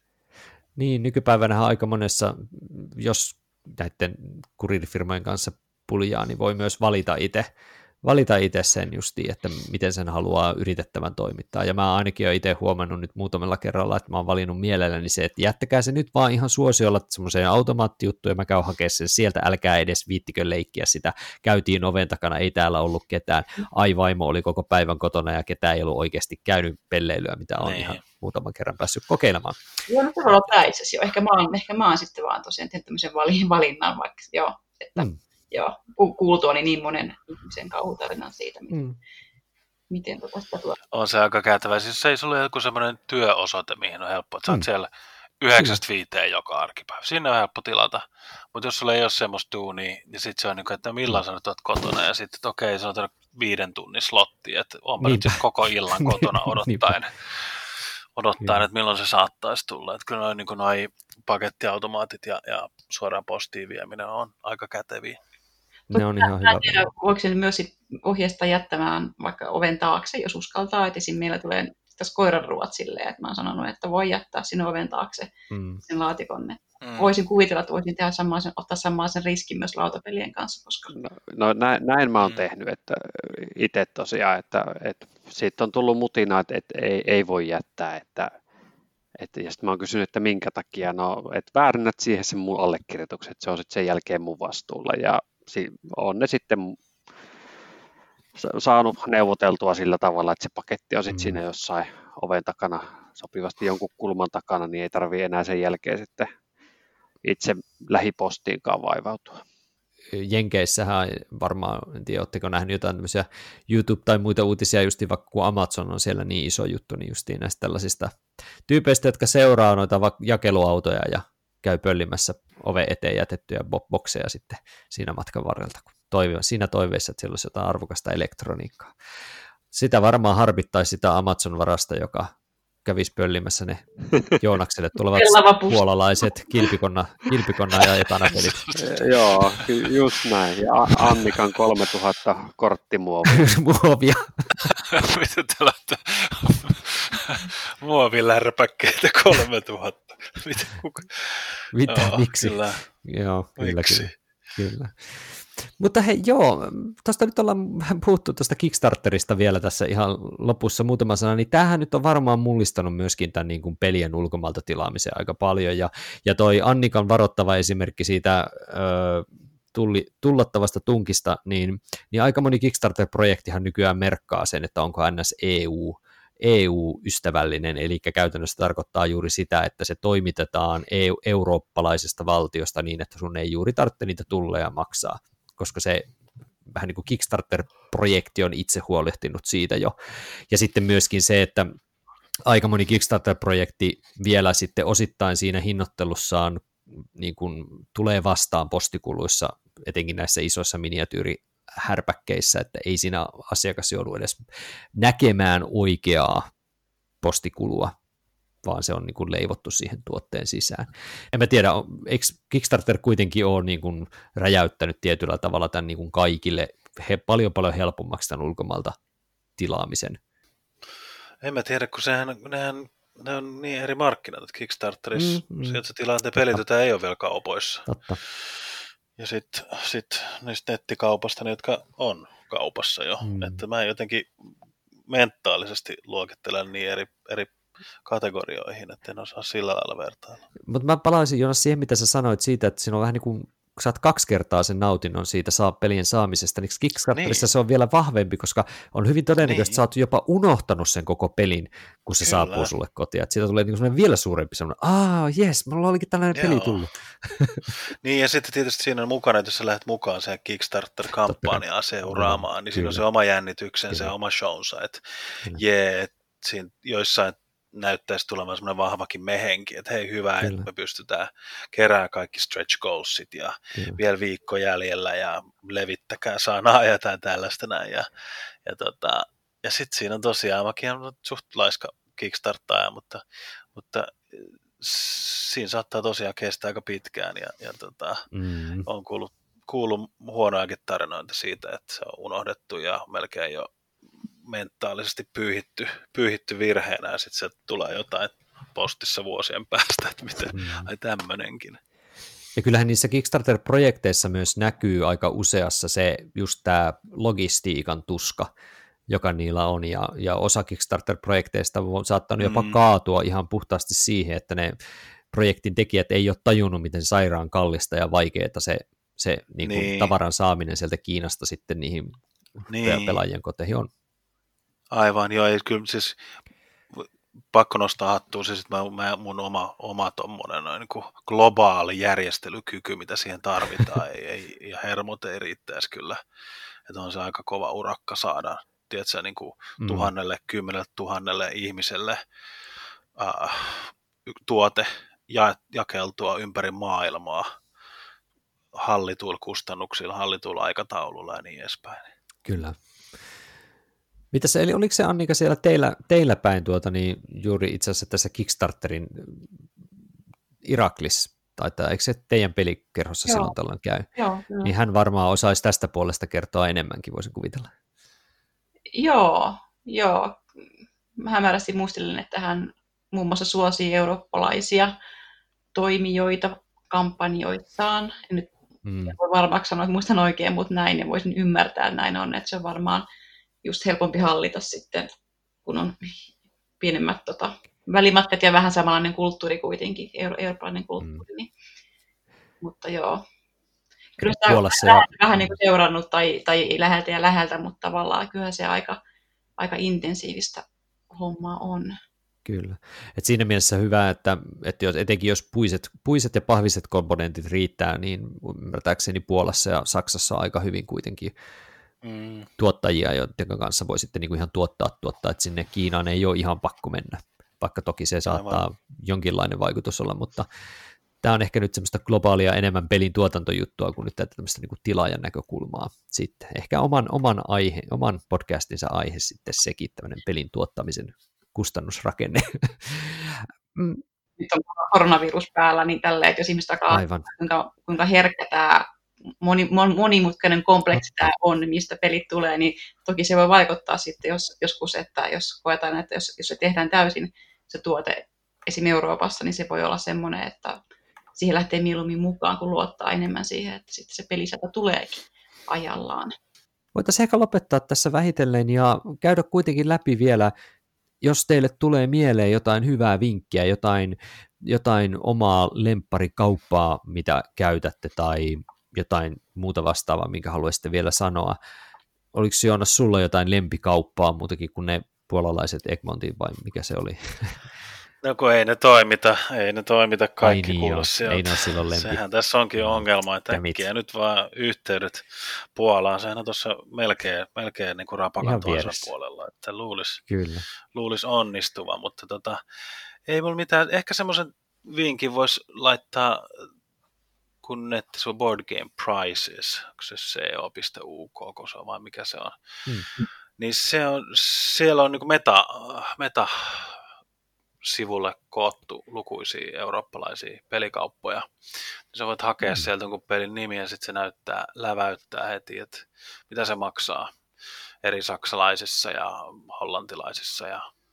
Niin, nykypäivänä aika monessa, jos näiden kuririfirmojen kanssa puljaa, niin voi myös valita itse, valita itse sen justiin, että miten sen haluaa yritettävän toimittaa. Ja mä ainakin olen itse huomannut nyt muutamalla kerralla, että mä oon valinnut mielelläni se, että jättäkää se nyt vaan ihan suosiolla semmoiseen automaattijuttuun, ja mä käyn hakemaan sen sieltä, älkää edes viittikö leikkiä sitä. Käytiin oven takana, ei täällä ollut ketään. Ai vaimo oli koko päivän kotona, ja ketään ei ollut oikeasti käynyt pelleilyä, mitä on ihan muutaman kerran päässyt kokeilemaan. Joo, no tavallaan tämä itse asiassa jo. Ehkä mä oon, ehkä mä oon sitten vaan tosiaan tehnyt tämmöisen valinnan, vaikka joo, että mm. Joo, kuultuani niin monen ihmisen kauhutarinan siitä, miten, mm. miten tota sitä tuo. On se aika käytävä. Siis se ei sulle joku semmoinen työosoite, mihin on helppo. Sä oot mm. siellä yhdeksästä viiteen joka arkipäivä. Sinne on helppo tilata. Mutta jos sulla ei ole semmoista duunia, niin sitten se on niin kuin, että milloin sä nyt oot kotona. Ja sitten, että okei, se on viiden tunnin slotti. Että onpa nyt sitten koko illan kotona odottaen. odottaen, että milloin se saattaisi tulla. Että kyllä noin niin kuin noi pakettiautomaatit ja, ja suoraan postiin vieminen on aika käteviä. Ne on ihan hyvä. Tiedä, voiko se myös ohjeistaa jättämään vaikka oven taakse, jos uskaltaa. Että esim. Meillä tulee tässä koiranruoat silleen, että mä oon sanonut, että voi jättää sinne oven taakse mm. sen laatikon. Mm. Voisin kuvitella, että voisin tehdä samaisen, ottaa samaisen riskin myös lautapelien kanssa. Koska... No, no näin, näin mä oon mm. tehnyt, että itse tosiaan, että, että siitä on tullut mutina, että, että ei, ei voi jättää. Että, että, ja sitten mä oon kysynyt, että minkä takia, no, että väärännät siihen sen mun allekirjoituksen, että se on sitten sen jälkeen mun vastuulla. Ja on ne sitten saanut neuvoteltua sillä tavalla, että se paketti on sitten mm. siinä jossain oven takana, sopivasti jonkun kulman takana, niin ei tarvitse enää sen jälkeen sitten itse lähipostiinkaan vaivautua. Jenkeissähän varmaan, en tiedä, oletteko nähnyt jotain tämmöisiä YouTube- tai muita uutisia, justiin vaikka kun Amazon on siellä niin iso juttu, niin justiin näistä tällaisista tyypeistä, jotka seuraa noita jakeluautoja ja käy pöllimässä oven eteen jätettyjä bokseja sitten siinä matkan varrelta, kun toivo, siinä toiveessa, että siellä olisi jotain arvokasta elektroniikkaa. Sitä varmaan harmittaisi sitä Amazon-varasta, joka kävisi pöllimässä ne Joonakselle tulevat puolalaiset kilpikonna, kilpikonna ja etanapelit. Joo, just näin. Ja Annikan kolmetuhatta korttimuovia. Muovia. Mitä te olette? Muovilärpäkkeitä kolmetuhatta. Mitä? Kuka? Mitä? Joo, Miksi? Kyllä. Joo, kyllä, Miksi? kyllä. kyllä. Mutta hei, joo, tuosta nyt ollaan puhuttu tuosta Kickstarterista vielä tässä ihan lopussa muutama sana, niin tämähän nyt on varmaan mullistanut myöskin tämän niin kuin pelien ulkomailta tilaamisen aika paljon, ja, ja toi Annikan varoittava esimerkki siitä ö, tulli, tullattavasta tunkista, niin, niin aika moni Kickstarter-projektihan nykyään merkkaa sen, että onko N S E U, E U-ystävällinen, eli käytännössä tarkoittaa juuri sitä, että se toimitetaan e- eurooppalaisesta valtiosta niin, että sun ei juuri tarvitse niitä tulleja maksaa, koska se vähän niin kuin Kickstarter-projekti on itse huolehtinut siitä jo. Ja sitten myöskin se, että aika moni Kickstarter-projekti vielä sitten osittain siinä hinnoittelussaan niin kuin tulee vastaan postikuluissa, etenkin näissä isoissa miniatyyrihärpäkkeissä, että ei siinä asiakas joudu edes näkemään oikeaa postikulua, vaan se on niin kuin leivottu siihen tuotteen sisään. En mä tiedä, eikö Kickstarter kuitenkin ole niin kuin räjäyttänyt tietyllä tavalla tämän niin kuin kaikille he, paljon paljon helpommaksi tämän ulkomailta tilaamisen? En mä tiedä, kun sehän, nehän, ne on niin eri markkinat, että Kickstarterissa, mm, mm. sieltä sä tilaat ne pelit, joita ei ole vielä kaupoissa. Totta. Ja sitten sit niistä nettikaupasta, ne, jotka on kaupassa jo. Mm. Että mä jotenkin mentaalisesti luokittelen niin eri, eri kategorioihin, että en osaa sillä lailla vertailla. Mutta mä palaisin Joonas siihen, mitä sä sanoit siitä, että siinä on vähän niin kuin, kun saat kaksi kertaa sen nautinnon siitä saa pelien saamisesta, niin Kickstarterissa niin. Se on vielä vahvempi, koska on hyvin todennäköistä, niin. Että sä oot jopa unohtanut sen koko pelin, kun se Kyllä. saapuu sulle kotiin. Että siitä tulee niin kuin vielä suurempi semmoinen, aah, jes, mulla olikin tällainen Joo. peli tullut. Niin, ja sitten tietysti siinä on mukana, että jos sä lähdet mukaan sen Kickstarter-kampanjaan seuraamaan, niin siinä on se oma jännityksensä ja oma shownsa, että jee, että siinä joissain näyttäisi tulemaan semmoinen vahvakin mehenki, että hei hyvä, Kyllä. että me pystytään keräämään kaikki stretch goalsit ja Kyllä. vielä viikko jäljellä ja levittäkää sanaa ja jotain tällaista näin. Ja, ja, tota, ja sitten siinä on tosiaan, mäkin on suht laiska kickstarttaaja, mutta, mutta siinä saattaa tosiaan kestää aika pitkään ja, ja tota, mm. on kuullut, kuullut huonoakin tarinoita siitä, että se on unohdettu ja melkein jo mentaalisesti pyyhitty, pyyhitty virheenä ja sitten se tulee jotain postissa vuosien päästä, että miten, mm. ai tämmönenkin. Ja kyllähän niissä Kickstarter-projekteissa myös näkyy aika useassa se just tämä logistiikan tuska, joka niillä on, ja, ja osa Kickstarter-projekteista on saattanut jopa mm. kaatua ihan puhtaasti siihen, että ne projektin tekijät ei ole tajunnut, miten sairaan kallista ja vaikeaa se, se niin kuin niin. tavaran saaminen sieltä Kiinasta sitten niihin niin. pelaajien koteihin on. Aivan, joo, ei, kyllä siis pakko nostaa hattua, siis että mä, mä, mun oma, oma tommonen noin niin kuin globaali järjestelykyky, mitä siihen tarvitaan, ei, ei, ja hermot ei riittäisi kyllä, että on se aika kova urakka saada, tiedätkö, niin kuin mm. tuhannelle, kymmenelle tuhannelle ihmiselle äh, tuote ja, jakeltua ympäri maailmaa hallituilla kustannuksilla, hallituilla aikataululla ja niin edespäin. Kyllä. Mitäs, eli oliko se Annika siellä teillä, teillä päin tuota, niin juuri itse asiassa tässä Kickstarterin Iraklis, tai eikö se teidän pelikerhossa Joo. silloin tällöin käy? Joo, niin hän varmaan osaisi tästä puolesta kertoa enemmänkin, voisin kuvitella. Joo, joo. Mä hämärästi muistelen, että hän muun muassa suosii eurooppalaisia toimijoita kampanjoissaan. En nyt mm. voi varmaksi sanoa, että muistan oikein, mutta näin, ja voisin ymmärtää, että näin on, että se on varmaan just helpompi hallita sitten, kun on pienemmät tota, välimatkat ja vähän samanlainen kulttuuri kuitenkin, euro, eurooppalainen kulttuuri. Mm. Niin. Mutta joo. Kyllä sitä on vähän, vähän niin kuin seurannut tai, tai läheltä ja läheltä, mutta tavallaan kyllä se aika, aika intensiivistä hommaa on. Kyllä. Et siinä mielessä hyvä, että, että jos, etenkin jos puiset, puiset ja pahviset komponentit riittää, niin ymmärtääkseni Puolassa ja Saksassa aika hyvin kuitenkin mm. tuottajia, joiden kanssa voi sitten niin kuin ihan tuottaa, tuottaa, että sinne Kiinaan ei ole ihan pakko mennä, vaikka toki se saattaa Aivan. jonkinlainen vaikutus olla, mutta tämä on ehkä nyt semmoista globaalia enemmän pelin tuotantojuttua kuin nyt tämmöistä niin kuin tilaajan näkökulmaa sitten. Ehkä oman, oman, aihe, oman podcastinsa aihe sitten sekin, tämmöinen pelin tuottamisen kustannusrakenne. Nyt on koronavirus päällä, niin tälleen, että jos ihmiset takaa, kuinka, kuinka herkkä tämä moni, monimutkainen kompleksi tämä on, niin mistä pelit tulee, niin toki se voi vaikuttaa sitten jos, joskus, että jos koetaan, että jos, jos se tehdään täysin se tuote esim. Euroopassa, niin se voi olla semmoinen, että siihen lähtee mieluummin mukaan, kun luottaa enemmän siihen, että sitten se peli sieltä tuleekin ajallaan. Voitaisiin ehkä lopettaa tässä vähitellen ja käydä kuitenkin läpi vielä, jos teille tulee mieleen jotain hyvää vinkkiä, jotain, jotain omaa lempparikauppaa, mitä käytätte, tai jotain muuta vastaavaa, minkä haluaisitte vielä sanoa. Oliko Joonas sulla jotain lempikauppaa muutakin kuin ne puolalaiset Egmontin, vai mikä se oli? No kun ei ne toimita, ei ne toimita kaikki niin kuulu sieltä. Ei ne ole silloin lempi. Sehän tässä onkin ongelma, että äkkiä nyt vaan yhteydet Puolaan. Sehän on tuossa melkein, melkein niin kuin rapakan toisella puolella, että luulisi luulis onnistuva, mutta tota, ei mulla mitään. Ehkä semmoisen vinkin voisi laittaa, kun nettisivu Board Game Prices, onko se c o piste u k, kun se on vai mikä se on, hmm. niin se on, siellä on niin kuin meta, meta sivulle koottu lukuisia eurooppalaisia pelikauppoja. Sä voit hakea mm. sieltä jonkun pelin nimi ja sitten se näyttää, läväyttää heti, että mitä se maksaa eri saksalaisissa ja hollantilaisissa ja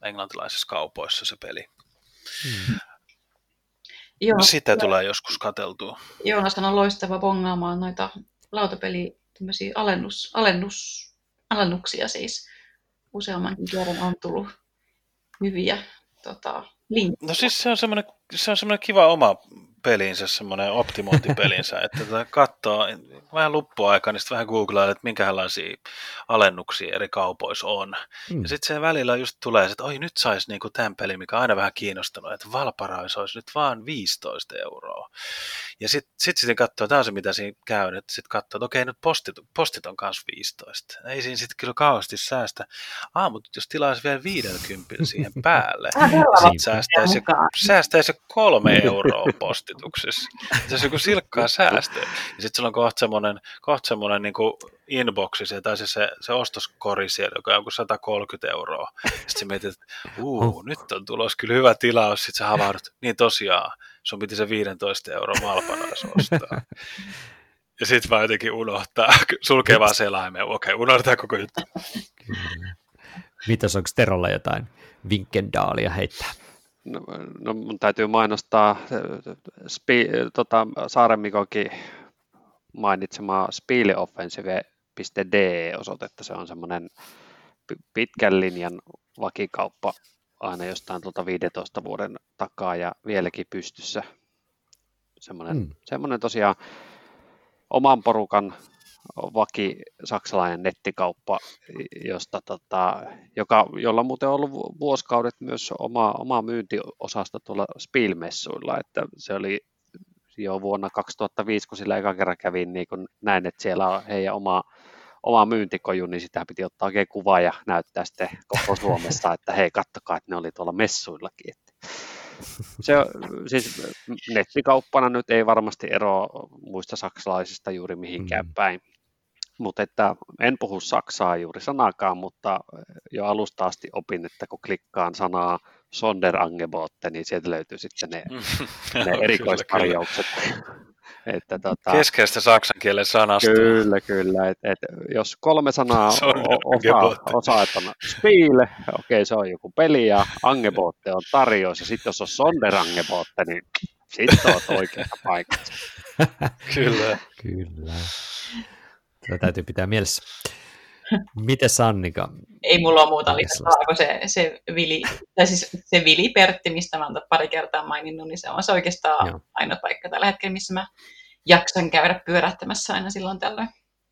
englantilaisissa kaupoissa se peli. Mm. Joo, Sitä ja tulee joskus katseltua. Joonas on loistava bongaamaan noita lautapeli alennus, alennus, alennuksia siis. Useammankin kerran on tullut hyviä tota, linkkejä. No siis se on semmoinen, se on semmoinen kiva oma pelinsä, semmoinen optimointipelinsä, että tätä katsoo vähän loppuaikaa, niin sitten vähän googlaa, että minkälaisia alennuksia eri kaupoissa on. Mm. Ja sitten sen välillä just tulee, että oi nyt saisi niinku tämän pelin, mikä on aina vähän kiinnostunut, että Valparais olisi nyt vaan viisitoista euroa. Ja sitten sit sitten katsoo, tämä on se mitä siinä käy, että sitten katsoo, että okei nyt postit, postit on kanssa viisitoista. Ei siinä sitten kyllä kauheasti säästä. Ah, mutta jos tilaisi vielä viisikymmentä siihen päälle, sitten säästäisi, säästäisi kolme euroa postituksessa. Se on joku silkkaa säästöä. Ja sitten sulla on kohta semmoinen, kohta semmoinen niin kuin inboxi, se, tai se, se, se ostoskori siellä, joka on joku sata kolmekymmentä euroa. Sitten sä mietit, että uu, nyt on tulos kyllä hyvä tilaus. Sitten sä havahdut, niin tosiaan, sun piti se viisitoista euroa Valparais ostaa. Ja sitten vaan jotenkin unohtaa, sulkee vaan selaimen, okei, unohdetaan koko juttu. Mitäs, onko Terolla jotain vinkkendaalia heittää? No, no mun täytyy mainostaa spi, tota, Saaren Mikonkin mainitsemaa spieleoffensive piste d-osoitetta. Se on semmoinen pitkän linjan vakikauppa aina jostain tuolta viidentoista vuoden takaa ja vieläkin pystyssä. Semmoinen, mm. semmoinen tosiaan oman porukan vaki saksalainen nettikauppa, josta, tota, joka, jolla on muuten ollut vuosikaudet myös oma, oma myyntiosasta tuolla Spielmessuilla, että se oli jo vuonna kaksituhattaviisi, kun sillä eka kerran kävin, niin kun näin, että siellä on heidän oma, oma myyntikoju, niin sitä piti ottaa oikein kuva ja näyttää sitten koko Suomessa, että hei, kattokaa, että ne oli tuolla messuillakin. Että se, siis nettikauppana nyt ei varmasti eroa muista saksalaisista juuri mihinkään päin. Mutta että en puhu saksaa juuri sanakaan, mutta jo alusta asti opin, että kun klikkaan sanaa Sonderangebote, niin sieltä löytyy sitten ne, ne erikoistarjoukset. Että tota, keskeistä saksan kielen sanasta. Kyllä, kyllä. Et, et, jos kolme sanaa osaa, osaa, että on Spiele, okei okay, se on joku peli ja Angebote on tarjous, ja sitten jos on Sonderangebote, niin sitten olet oikeassa paikassa. Kyllä. Kyllä. Tätä täytyy pitää mielessä. Mites Annika? Ei mulla ole muuta lisättävää kuin se, se, Vili, tai siis se Vili Pertti, mistä mä oon pari kertaa maininnut, niin se on se oikeastaan Joo. ainoa paikka tällä hetkellä, missä mä jaksan käydä pyörähtämässä aina silloin tällöin.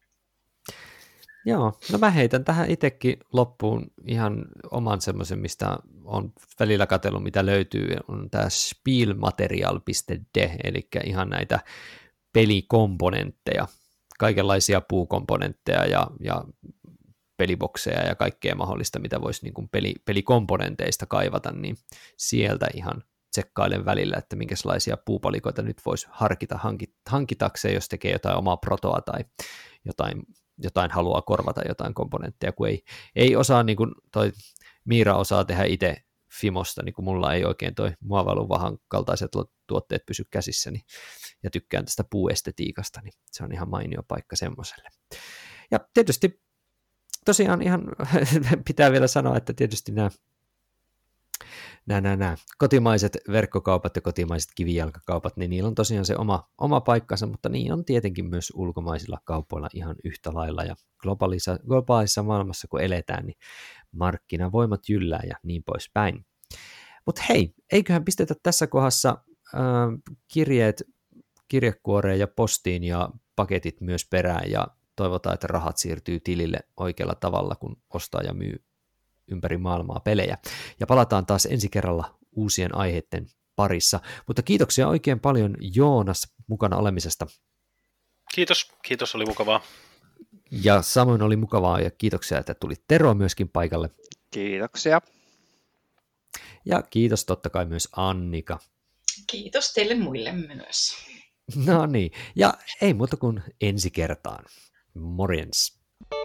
Joo, no mä heitän tähän itsekin loppuun ihan oman semmoisen, mistä on välillä katsellut, mitä löytyy, on tämä spielmaterial piste d, eli ihan näitä pelikomponentteja, kaikenlaisia puukomponentteja ja, ja pelibokseja ja kaikkea mahdollista, mitä voisi niin kuin peli, pelikomponenteista kaivata, niin sieltä ihan tsekkailen välillä, että minkälaisia puupalikoita nyt voisi harkita hankit, hankitakseen, jos tekee jotain omaa protoa tai jotain, jotain haluaa korvata jotain komponentteja, kun ei, ei osaa, niin kuin toi Miira osaa tehdä itse Fimosta, niin kuin mulla ei oikein toi muovailuvahan kaltaiset tuotteet pysy käsissäni ja tykkään tästä puuestetiikasta, niin se on ihan mainio paikka semmoiselle. Ja tietysti tosiaan ihan pitää vielä sanoa, että tietysti nämä, nämä, nämä, nämä kotimaiset verkkokaupat ja kotimaiset kivijalkakaupat, niin niillä on tosiaan se oma, oma paikkansa, mutta niin on tietenkin myös ulkomaisilla kaupoilla ihan yhtä lailla, ja globaalissa, globaalissa maailmassa kun eletään, niin markkinavoimat jyllää ja niin poispäin. Mutta hei, eiköhän pistetä tässä kohdassa äh, kirjeet kirjekuoreen ja postiin ja paketit myös perään, ja toivotaan, että rahat siirtyy tilille oikealla tavalla, kun ostaa ja myy ympäri maailmaa pelejä. Ja palataan taas ensi kerralla uusien aiheiden parissa. Mutta kiitoksia oikein paljon Joonas mukana olemisesta. Kiitos, kiitos, oli mukavaa. Ja samoin oli mukavaa ja kiitoksia, että tulit Tero myöskin paikalle. Kiitoksia. Ja kiitos totta kai myös Annika. Kiitos teille muille myös. No niin, ja ei muuta kuin ensi kertaan. Morjens.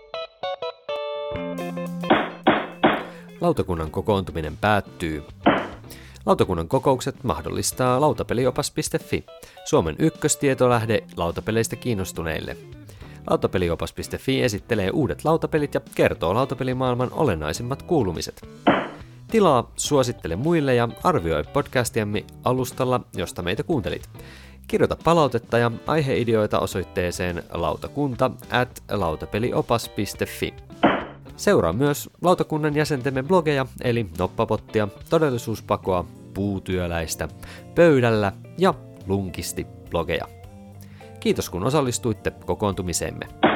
Lautakunnan kokoontuminen päättyy. Lautakunnan kokoukset mahdollistaa lautapeliopas piste fi, Suomen ykköstietolähde lautapeleistä kiinnostuneille. Lautapeliopas piste fi esittelee uudet lautapelit ja kertoo lautapelimaailman olennaisimmat kuulumiset. Tilaa, suosittele muille ja arvioi podcastiamme alustalla, josta meitä kuuntelit. Kirjoita palautetta ja aiheideoita osoitteeseen lautakunta at lautapeliopas piste fi. Seuraa myös lautakunnan jäsentemme blogeja, eli Noppapottia, Todellisuuspakoa, Puutyöläistä, Pöydällä ja Lunkisti blogeja. Kiitos kun osallistuitte kokoontumiseemme.